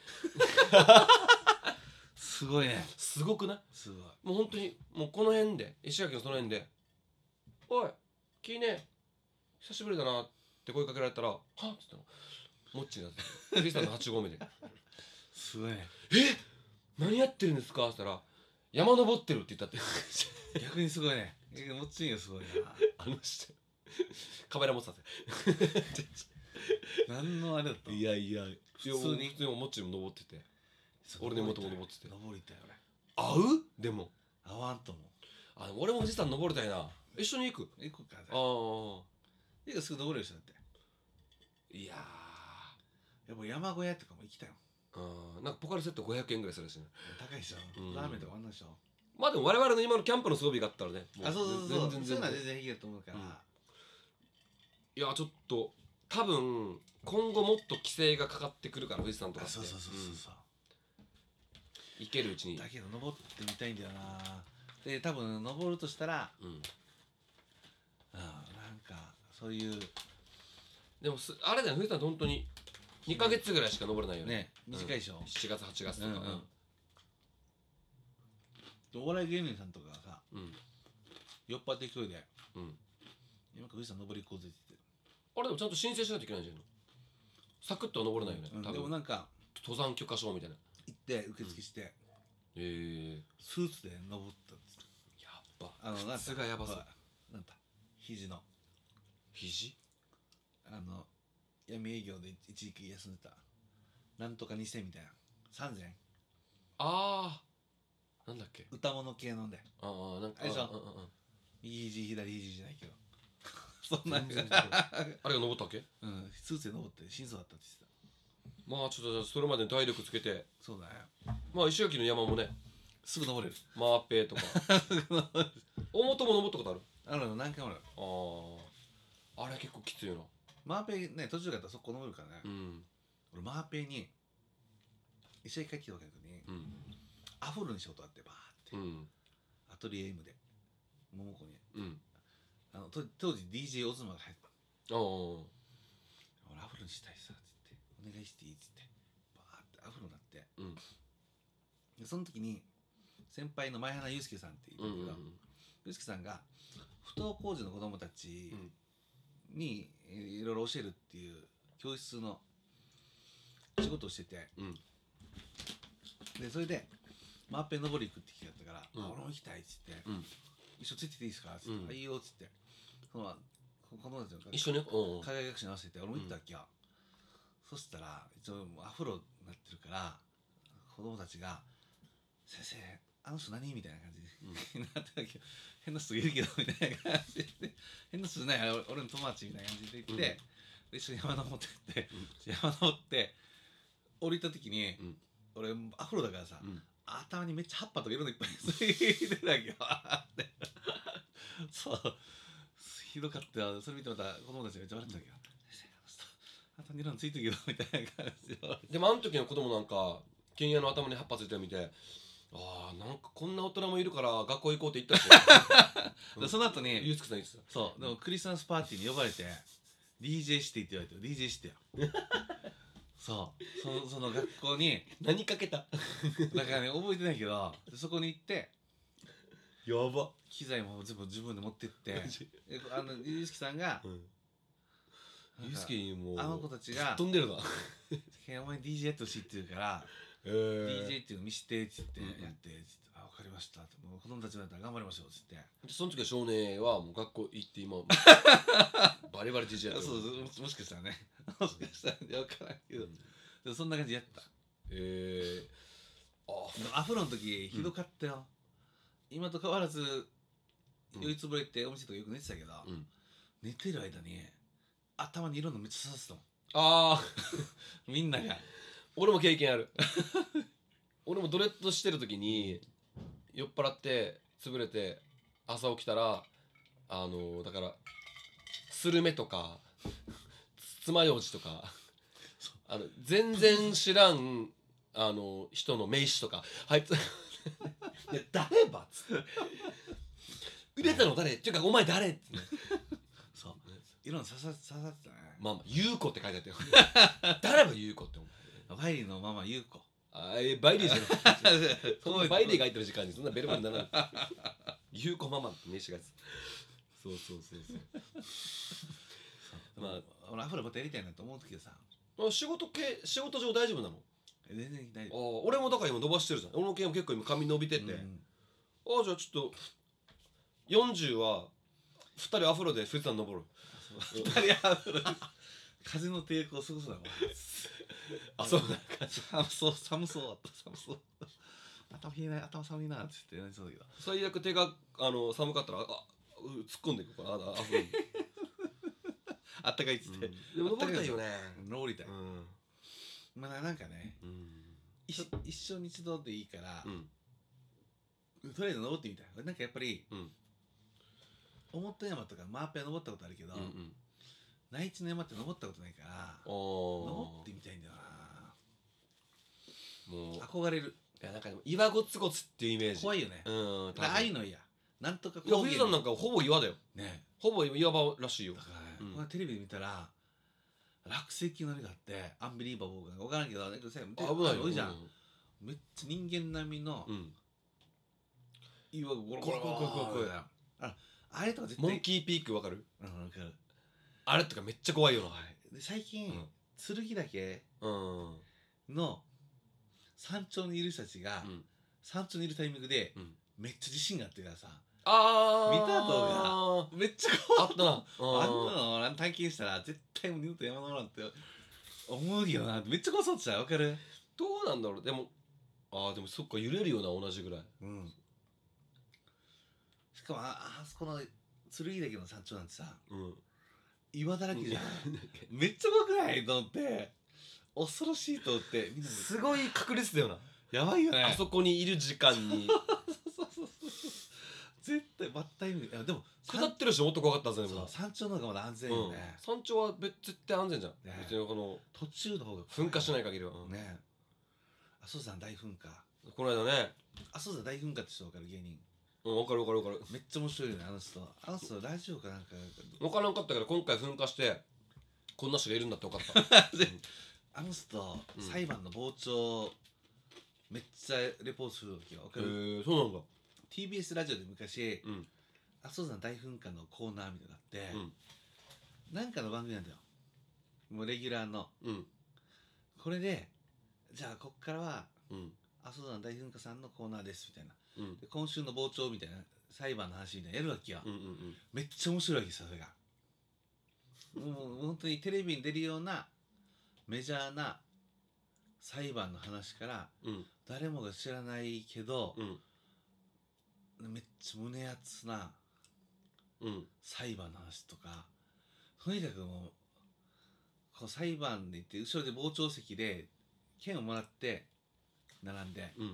すごいねすごくないすごいもう本当にもうこの辺で石垣のその辺で「おいキーネ久しぶりだな」って声かけられたら「はっ?」っつったのモッチーになって富士山のはち合目ですごいね 「え何やってるんですか?」って言ったら「山登ってる」って言ったって逆にすごいねもっちんがすごいなあの人カメラ持ってたぜ何のあれだったいやいや普通に普通にもっちも登ってて俺根元も登ってて登りたい俺合うでも合わんと思うあでも俺も富士山登りたいな一緒に行く行くかああいいかすぐ登れる人だっていややっぱ山小屋とかも行きたいもんーうんなんかポカリセットごひゃくえんぐらいするらしいね高いでしょ、 うんラーメンとかあんなでしょまあでも我々の今のキャンプの装備があったらねもあそうそうそう全然全然そういうのは全然いいと思うから、 うんいやちょっと多分今後もっと規制がかかってくるから富士山とかってあそうそうそうそうそう、 うん、行けるうちにだけど登ってみたいんだよなで多分登るとしたらうんうんなんかそういうでもすあれだよ富士山って本当ににかげつぐらいしか登れないよねね短いでしょ、 うん、しちがつはちがつとかうんうんでお笑い芸人さんとかがさうん酔っ払って勢いでうん今から富士山登り行こうぜって言ってあれでもちゃんと申請しないといけないんじゃないのサクッとは登れないよね、 うんで多分もなんか登山許可証みたいな行って受付して、 へえスーツで登ったんですやっぱあのなんか靴がやばそうほらなんだ肘の肘あの闇営業で一時期休んでたなんとかにせんみたいなさんぜんああなんだっけ歌物系のでああなんかあれでしょうんうんうん右肘左肘じゃないけどそんな全然違うあれが登ったっけうんスーツで登って真相だったって言ってたまあちょっとそれまでに体力つけてそうだよまあ石垣の山もねすぐ登れるマーペーとか大本も登ったことあるあるの何回もあるあああれ結構きついよなマーペイね途中からそこ登るからね、 うん俺マーペイに石垣帰ってきた時にうんアフロにしようとあってバーって、 うんアトリエ M で桃子にうんあのと当時 ディージェー オズマが入ってたああ俺アフロにしたいさって言ってお願いしていいっつってバーってアフロになってうんでその時に先輩の前花祐介さんって言ううんんだけど、祐介さんが不登校児の子供たちに、えーいろいろ教えるっていう教室の仕事をしててうんでそれでマーペン登り行くって聞いたから「 うんあ俺も行きたい」っつってうん 「一緒ついてていいですか?」っつってうんあいいよ」っつってその子供たちの一緒にうんうん課外学習に合わせて俺も行ったわけよ、そしたら一応アフロになってるから子供たちが「先生あの人何?」みたいな感じになってたけど変な人いるけどみたいな感じで変な人じゃない俺俺の友達みたいな感じで言って、 うんで一緒に山登ってって、山登って降りた時に、 うん俺アフロだからさ、 うん頭にめっちゃ葉っぱとかいろんないっぱいついてるわけよってそうひどかったよそれ見てまた子供たちがめっちゃ笑ってたけど「先生あの人頭にいろんなついてるけど」みたいな感じででもあの時の子供なんかケンヤの頭に葉っぱついてるみてああなんかこんな大人もいるから学校行こうって言ったしでその後にゆうすけさん言ってたそうでもクリスマスパーティーに呼ばれて ディージェー してって言われて ディージェー してよそうそのその学校に何かけただからね覚えてないけどそこに行ってやば機材も全部自分で持ってってであのゆうすけさんがうんなんかゆうすけにもうあの子たちが飛んでるな 「お前 ディージェー やってほしい」って言うからえディージェー っていうの見してって言ってうんうんやってって言ってあ分かりましたってもう子供たちだったら頑張りましょうって言ってでその時は少年はもう学校行って今バリバリ ディージェー やってそうるそうもしかしたらねもしかしたら分からんけどでもそんな感じでやったえー、あでもアフロの時ひどかったよ、今と変わらずうん酔いつぶれてお店とかよく寝てたけど、 うん寝てる間に頭にいろんなめっちゃ刺すとあーみんなが俺も経験ある俺もドレッドしてる時に酔っ払って潰れて朝起きたらあのだからスルメとか爪楊枝とかあの全然知らんあの人の名刺とかあいついや誰ばっつって売れたの誰っていうかお前誰って、ね、 そういろんな刺さ刺さってたねまあまあ優子って書いてあったよ誰ば優子ってお前バイリーのママ優子あえバイリーじゃないそんなバイリーがが入ってる時間にそんなベルバにならない優子ママって名刺がやつそうそうそうそうまあ俺アフロまたやりたいなと思うけどさあ仕事系仕事上大丈夫なの全然大丈あ夫俺もだから今伸ばしてるじゃん俺の毛も結構今髪伸びてて、 うんあじゃあちょっとよんじゅうは二人アフロで富士山登る。 二人アフロ風の抵抗すごそうだもんあ、そうなんか寒そう寒そうだった寒そう頭冷えない頭寒いなって言ってやりそうだけど最悪手があの寒かったらあう突っ込んでいくからああアフロに、 あったかいっつって、 うんでも登りたいよね。 登りたい、 うんまあなんかねうんい一生に一度でいいから、 うんとりあえず登ってみたい。なんかやっぱりうん表山とかマーペは登ったことあるけど、 うんうん内地の山って登ったことないからあ登ーってみたいんだよもうな。憧れる。 いやなんかでも岩ゴツゴツっていうイメージ。 怖いよね。 うんああいうの嫌。なんとかいや富士山なんかかほぼ岩だよ。 ね。 ほぼ岩場らしいよだ。からね、 うんこのテレビで見たら落石のあれがあってアンビリーバボーが分からんけど、ね、危危ないよ。 多いじゃん。めっちゃ人間並みのうん。 岩がゴロゴロゴロ怖い怖い怖い怖いあああれとか絶対モンキーピークわかる？ うん、分かる。 あれとかめっちゃ怖いよな。 はい、で最近、 うん剣岳うん。 の山頂にいる人たちが、 うん山頂にいるタイミングで、 うんめっちゃ自信があってからさあー見た動めっちゃあったな。 あんなの俺体験したら絶対もう二度と山登らんって思うけどな。めっちゃ怖そうってた。わかる？ どうなんだろう。でもああでもそっか揺れるような同じぐらい。 うん。しかもああそこの剣岳の山頂なんてさうん。 岩だらけじゃんめっちゃ怖くないと思って恐ろしいと思ってみんなですごい確率だよな。 やばいよね。 あそこにいる時間にそうそうそう絶対バッタイム。いやでも下ってる人もっと怖かったはずだよそうな。 山頂の方がまだ安全よね、 うん、山頂は別絶対安全じゃん、 ね別にこの途中の方が噴火しない限りは、うんね。阿蘇山大噴火。 この間ね、 阿蘇山大噴火って人分かる？芸人うん、分かる分かる分かるめっちゃ面白いよねあの人。あの人ラジオかなんか分からんかったけど今回噴火してこんな人がいるんだって分かった、 あの人、 うん裁判の傍聴めっちゃレポートするわけよ。分かへる？ えそうなんだ。 ティービーエス ラジオで昔うん阿蘇山大噴火のコーナーみたいなのがあって、 うんなんかの番組なんだよもうレギュラーの。 うんこれでじゃあこっからはうん阿蘇山大噴火さんのコーナーですみたいなうんで今週の傍聴みたいな裁判の話みたいなやるわけよ、 うんうんめっちゃ面白いわけですよそれがもう本当にテレビに出るようなメジャーな裁判の話からうん誰もが知らないけどう、んめっちゃ胸熱なうん裁判の話とか、とにかくもうこう裁判で行って後ろで傍聴席で券をもらって並んでうん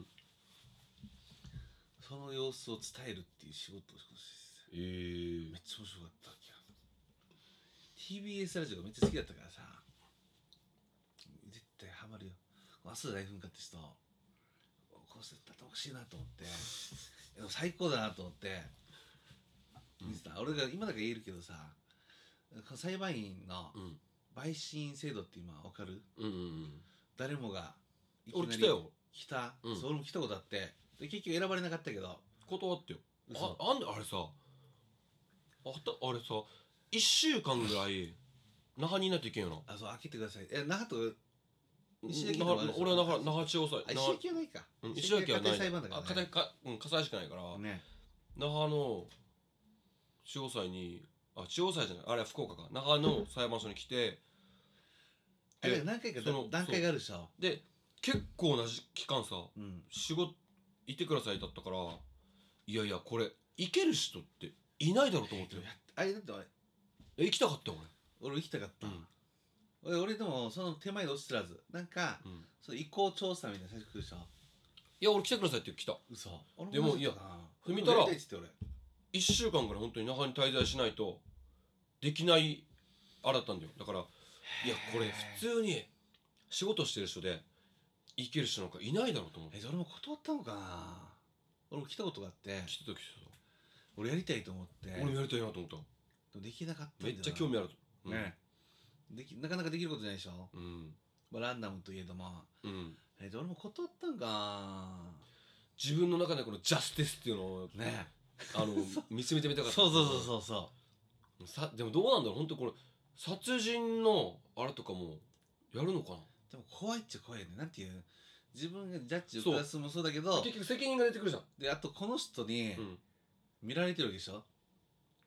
その様子を伝えるっていう仕事をしてえーめっちゃ面白かったわけよ。 ティービーエス ラジオがめっちゃ好きだったからさ絶対ハマるよ。阿蘇大噴火って人こうしてたってほしいなと思ってでも最高だなと思って見てた、俺が今だから言えるけどさこの裁判員のうん陪審員制度って今わかる？ うんうん誰もがいきなり俺来たよ。 来た、 うんそう俺も来たことあってで結局選ばれなかったけど断ってよ。 嘘ああんであれさあったあれさいっしゅうかんぐらい那覇にいないといけんよな。 あそう開けてください。え那覇と石垣那覇とかあるでしょ俺は那覇那覇地方裁あ石垣はないか、 うん石垣はない家庭裁判だからあ家庭かうん火災しかないから、 ね那覇の地方裁にあ地方裁じゃないあれは福岡か那覇の裁判所に来てあれで何回かその段階があるでしょ。 で結構な期間さうん仕事いてくださいだったからいやいやこれ行ける人っていないだろうと思ってやっあれだって俺え行きたかったよ俺行きたかった、 うん俺俺でもその手前で落ちてらずなんか、 俺、うん、 その意向調査みたいな最初来るでしょ。 いや俺来てくださいって来た嘘俺でも同じだったなや見たら俺もやりたいっつって俺いっしゅうかんぐらい本当に那覇に滞在しないとできないあれだったんだよ。だからいやこれ普通に仕事してる人で行ける人なんかいないだろうと思ってえ俺も断ったのかな。俺も来たことがあって来てた来て俺やりたいと思ってた俺もやりたいなと思った。 でもできなかったんだめよなっちゃ興味ある、うん、 ね、できなかなかできることじゃないでしょ、 うんまあ、ランダムといえどもうんえ俺も断ったんか自分の中でこのジャスティスっていうのをねあの見つめてみたかった。 そうそうそうそうそうさでもどうなんだろう本当これ殺人のあれとかもやるのかな。 でも怖いっちゃ怖いよね。なんていう自分がジャッジを下すもそうだけど結局責任が出てくるじゃん。 であとこの人にうん見られてるわけでしょ、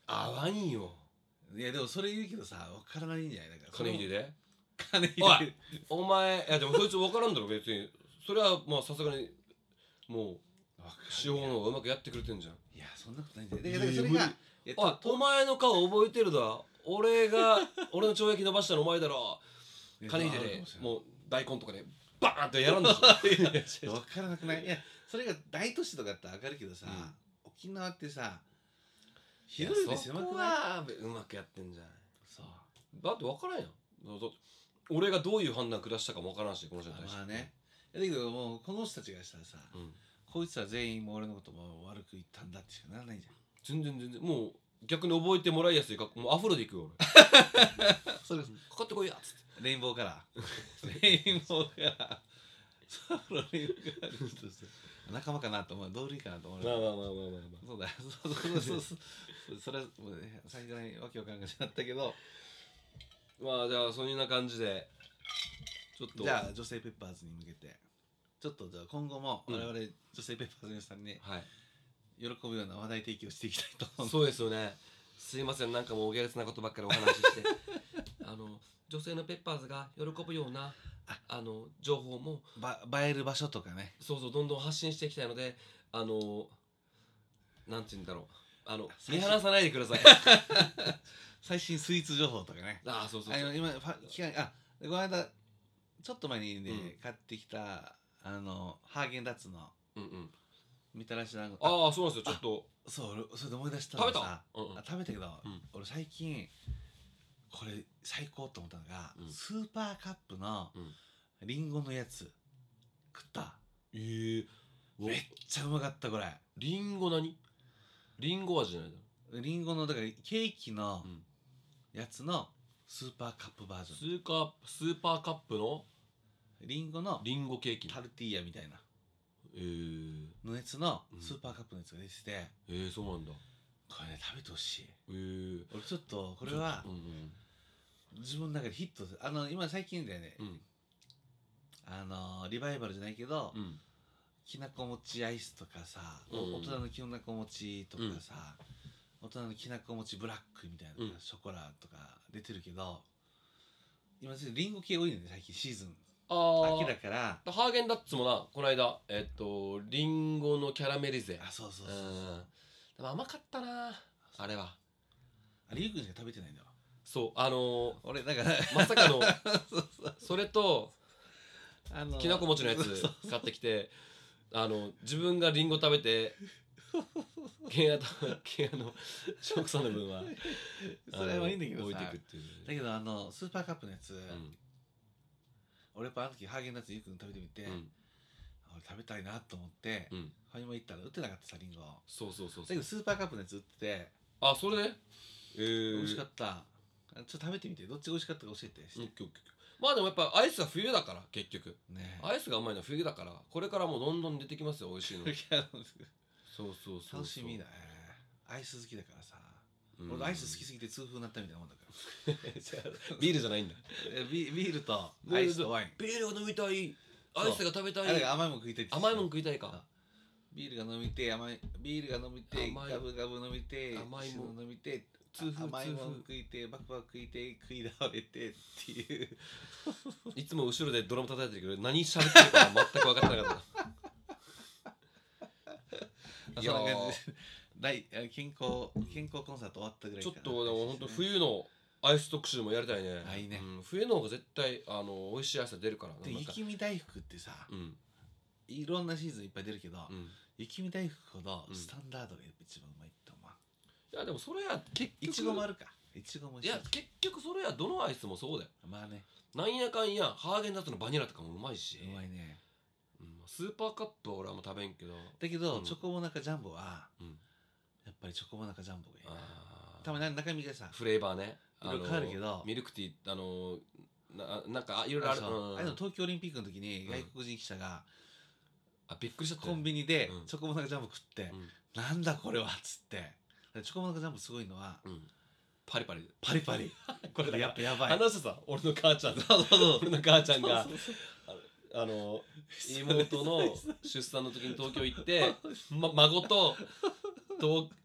合わんよいやでもそれ言うけどさ分からないんじゃないだから金秀で金秀おいお前いやでもそいつ分からんだろ別にそれはまあさすがにもう司法の方がうまくやってくれてんじゃんいやそんなことないんだよだからそれがいやおいお前の顔覚えてるだ俺が俺の懲役伸ばしたのお前だろ金秀でもう大根とかでバーンってやらんでしょ分からなくないいやそれが大都市とかだったら分かるけどさ、うん、沖縄ってさ広いで狭くないはうまくやってんじゃないそうだって分からんやん俺がどういう判断下したかも分からんしこの人に対してまあねだけどもうこの人たちがしたらさ、うん、こいつは全員もう俺のことも悪く言ったんだってしかならないじゃん全然全然もう逆に覚えてもらいやすいかもうアフロでいくよ俺それかかってこいやっつってレインボーカラーレインボーカラーアフロレインボーカラー仲間かなと思う同類かなと思うまあまあまあまあまあそうだそうそうそうそうそれはもうね最初にわけわかんなくなったけどまあじゃあそんな感じでちょっとじゃあ女性ペッパーズに向けてちょっとじゃあ今後も我々女性ペッパーズの皆さんに、 はい喜ぶような話題提供していきたいと思うそうですよねすいませんなんかもうお下劣なことばっかりお話ししてあの女性のペッパーズが喜ぶようなああの情報もば映える場所とかねそうそうどんどん発信していきたいのであのなんて言うんだろうあの見放さないでください最新スイーツ情報とかねああそうそうあの今ファ機械あこの間ちょっと前にね、 うん、 買ってきたあのハーゲンダッツのうんうんみたらし団子ああそうなんですよちょっとそうそれで思い出したのがさ食べた、うんうん、 あ食べたけど、 うん、 俺最近これ最高と思ったのが、 うん、 スーパーカップのリンゴのやつ食ったえー、 めっちゃうまかったこれリンゴ何リンゴ味じゃないだリンゴのだからケーキのやつのスーパーカップバージョン、 スーカースーパーカップのリンゴのリンゴケーキタルティーヤみたいなえー、 のやつのスーパーカップのやつが出てて、 うん、えー、そうなんだこれね食べてほしい、 えー、 俺ちょっとこれは、うんうん、自分の中でヒットあの今最近だよね、うん、あのリバイバルじゃないけど、うん、きなこ餅アイスとかさ、うん、大人のきなこ餅とかさ、うん、大人のきなこ餅ブラックみたいな、うん、ショコラとか出てるけど今リンゴ系多いのね最近シーズンあ秋だからハーゲンダッツもなこの間えっとリンゴのキャラメリゼあそうそうそうそうでも甘かったなあれはあれゆうくんしか食べてないんだわそうあのー、 俺だからまさかのそうそうそれとあのー、 きなこ餅のやつ買ってきてあの自分がリンゴ食べてケンヤとケンヤのショックさんの分はそれはいいんだけどさ置いていくっていうだけどあのスーパーカップのやつ、うん俺やっぱあの時ハーゲンダッツゆうくん食べてみて、うん、俺食べたいなと思って、うん、ファミマ行ったら売ってなかったさリンゴそうそうそうそうだけどスーパーカップのやつ売っててあそれで、えー、 美味しかったちょっと食べてみてどっちが美味しかったか教えてして、うん、 まあでもやっぱアイスは冬だから結局、 ね、 アイスがうまいのは冬だからこれからもうどんどん出てきますよ美味しいのそうそうそう楽しみだねアイス好きだからさ俺アイス好きすぎて痛風になったみたいなもんだからビールじゃないんだビ, ビールとアイスとワインビールが飲みたいアイスが食べたいあれが甘いもん食いたい甘いもん食いたいかビールが飲みて甘いビールが飲みてガブガブ飲みて甘いもん飲みて痛風甘いもん食いてバクバク食いて食い倒れてっていういつも後ろでドラム叩いてるけど何喋ってるか全く分かってなかったいや大健康健康コンサート終わったぐらいちょっとでも本当冬のアイス特集もやりたいね。 あいいね、 うん、冬の方が絶対あの美味しいアイスが出るから。 で雪見大福ってさ、うん、いろんなシーズンいっぱい出るけど、うん、雪見大福ほどスタンダードが一番うまいと思う。 いやでもそれや結局いちごもあるか。いちごもいや結局それやどのアイスもそうだよ。 まあね。なんやかんやハーゲンダッツのバニラとかもうまいし。 うまいね。 うん、スーパーカップは俺はもう食べんけど。 だけど、うん、チョコモナカジャンボは、うん、やっぱりチョコモナカジャンボがいいな。たまに中身がさフレーバーね。 いろいろ変わるけどミルクティーあのななんかいろいろある。 あれの東京オリンピックの時に外国人記者が、 うん、あびっくりしちゃった。 コンビニでチョコモナカジャンボ食って、うん、なんだこれはっつって。チョコモナカジャンボすごいのは、うん、 パリパリパリパリこれやっぱやばい。 話してさ俺の母ちゃん俺の母ちゃんがあの妹の出産の時に東京行って、ま、孫とと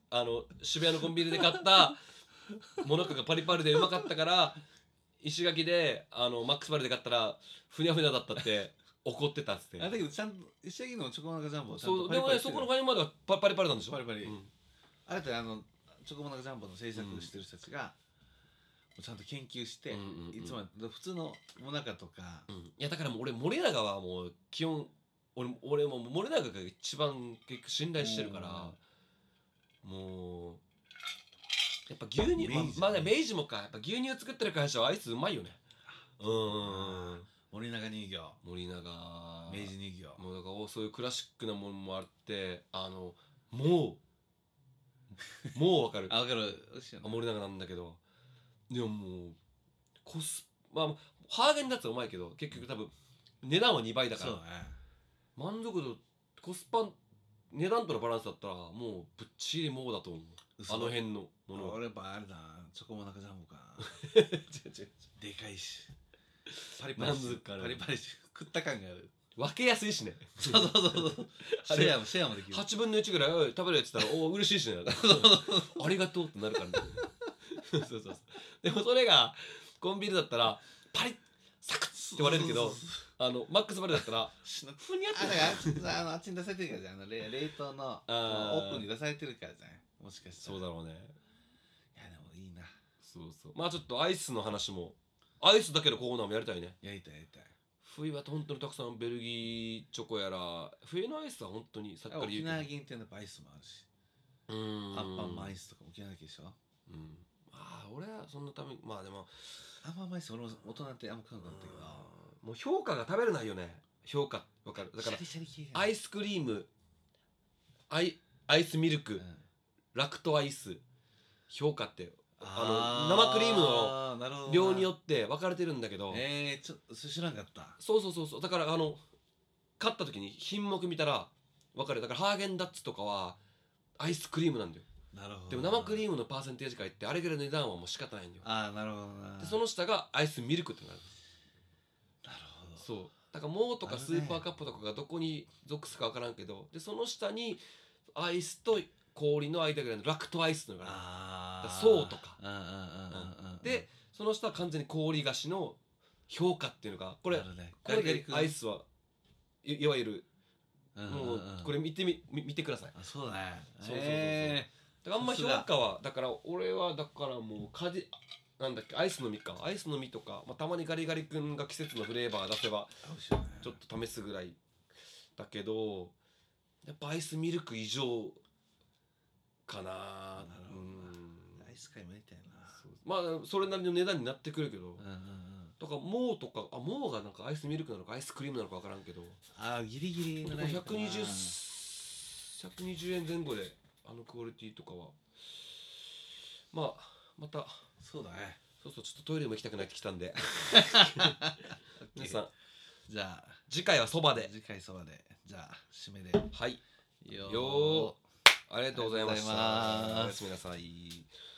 あの渋谷のコンビニで買ったものがパリパリでうまかったから石垣であのマックスバリで買ったらふにゃふにゃだったって怒ってたっつってあだけどちゃんと石垣のチョコモナカジャンボはちゃんそうでもとパリパリしてるねそこのファインまではパリパリパリなんでしょパリパリうんあれってあのチョコモナカジャンボの制作してる人たちが、もうちゃんと研究して、 うんうんうんいつも普通のモナカとか、 うんいやだからもう俺森永はもう基本俺俺も森永が一番結構信頼してるからもうやっぱ牛乳明治まあまだ明治もかやっぱ牛乳作ってる会社はアイスうまいよねうん森永乳業森永明治乳業もうだからそういうクラシックなものもあってあのもうもうわかるあ分かる美味しいよね森永なんだけどでももうコスまあハーゲンダッツはうまいけど結局多分値段はにばいだからそうだね満足度コスパ値段とのバランスだったらもうぶっちりもうだと思う嘘あの辺のものは俺やっぱあれだなチョコモナカジャンボか違う違うでかいしパリパリしなんかねパリパリし食った感がある分けやすいしねそうそうそうそうシあれェアもシェアもできるはちぶんのいちぐらいおい食べるやつ言ったらおお嬉しいしねありがとうってなるからねそうそうそうでもそれがコンビニだったらパリッサクッって言われるけどあのマックスバリだったらしなふにゃってあだからあのあっちに出されてるからじゃんあの冷冷凍のあーオープンに出されてるからじゃんもしかしたらそうだろうねいやでもいいなそうそうまあちょっとアイスの話もアイスだけのコーナーもやりたいねやりたいやりたい冬は本当にたくさんベルギーチョコやら冬のアイスは本当にさっきから言うけど沖縄限定のアイスもあるしうーんアンパンマンアイスとか沖縄だけでしょうんまあ俺はそんなためまあでもアンパンマンアイス俺も大人ってあんま買うなかったけどもう評価が食べれないよね評価わかるだからシャリシャリ系アイスクリームアイアイスミルク、 うんラクトアイス評価ってああの生クリームのなるほどな量によって分かれてるんだけど、 えー、ちょっと知らんかったそうそうそうそうだからあの買った時に品目見たら分かるだからハーゲンダッツとかはアイスクリームなんだよなるほどでも生クリームのパーセンテージがいってあれぐらいの値段はもう仕方ないんだよああなるほどなでその下がアイスミルクってなるなるほどそうだからモーとかあるねスーパーカップとかがどこに属すか分からんけどでその下にアイスと氷の間ぐらいのラクトアイスのがあるああそうとかうんうんうんうんうんでその下は完全に氷菓子の評価っていうのがこれなるねこれでアイスはいいわゆるうんうんもうんうこれ見てみ見見てくださいあそうだねそうそうそうそうえだからあんま評さすが価はだから俺はだからもうカジなんだっけアイスの実かアイスの実とか、まあ、たまにガリガリ君が季節のフレーバー出せばー美味しいよねちょっと試すぐらいだけどやっぱアイスミルク以上かななるほどうんアイス界もやりたいなそうまあそれなりの値段になってくるけど、 うんうんうんだからモーとかあモーがなんかアイスミルクなのかアイスクリームなのか分からんけどああギリギリのラインかなひゃくにじゅう ひゃくにじゅうえん前後であのクオリティとかはまあまたそうだねそうそうちょっとトイレも行きたくなってきたんで皆さんじゃあ次回はそばで次回そばでじゃあ締めではいよーよーありがとうございましたありがとうございますおやすみなさい。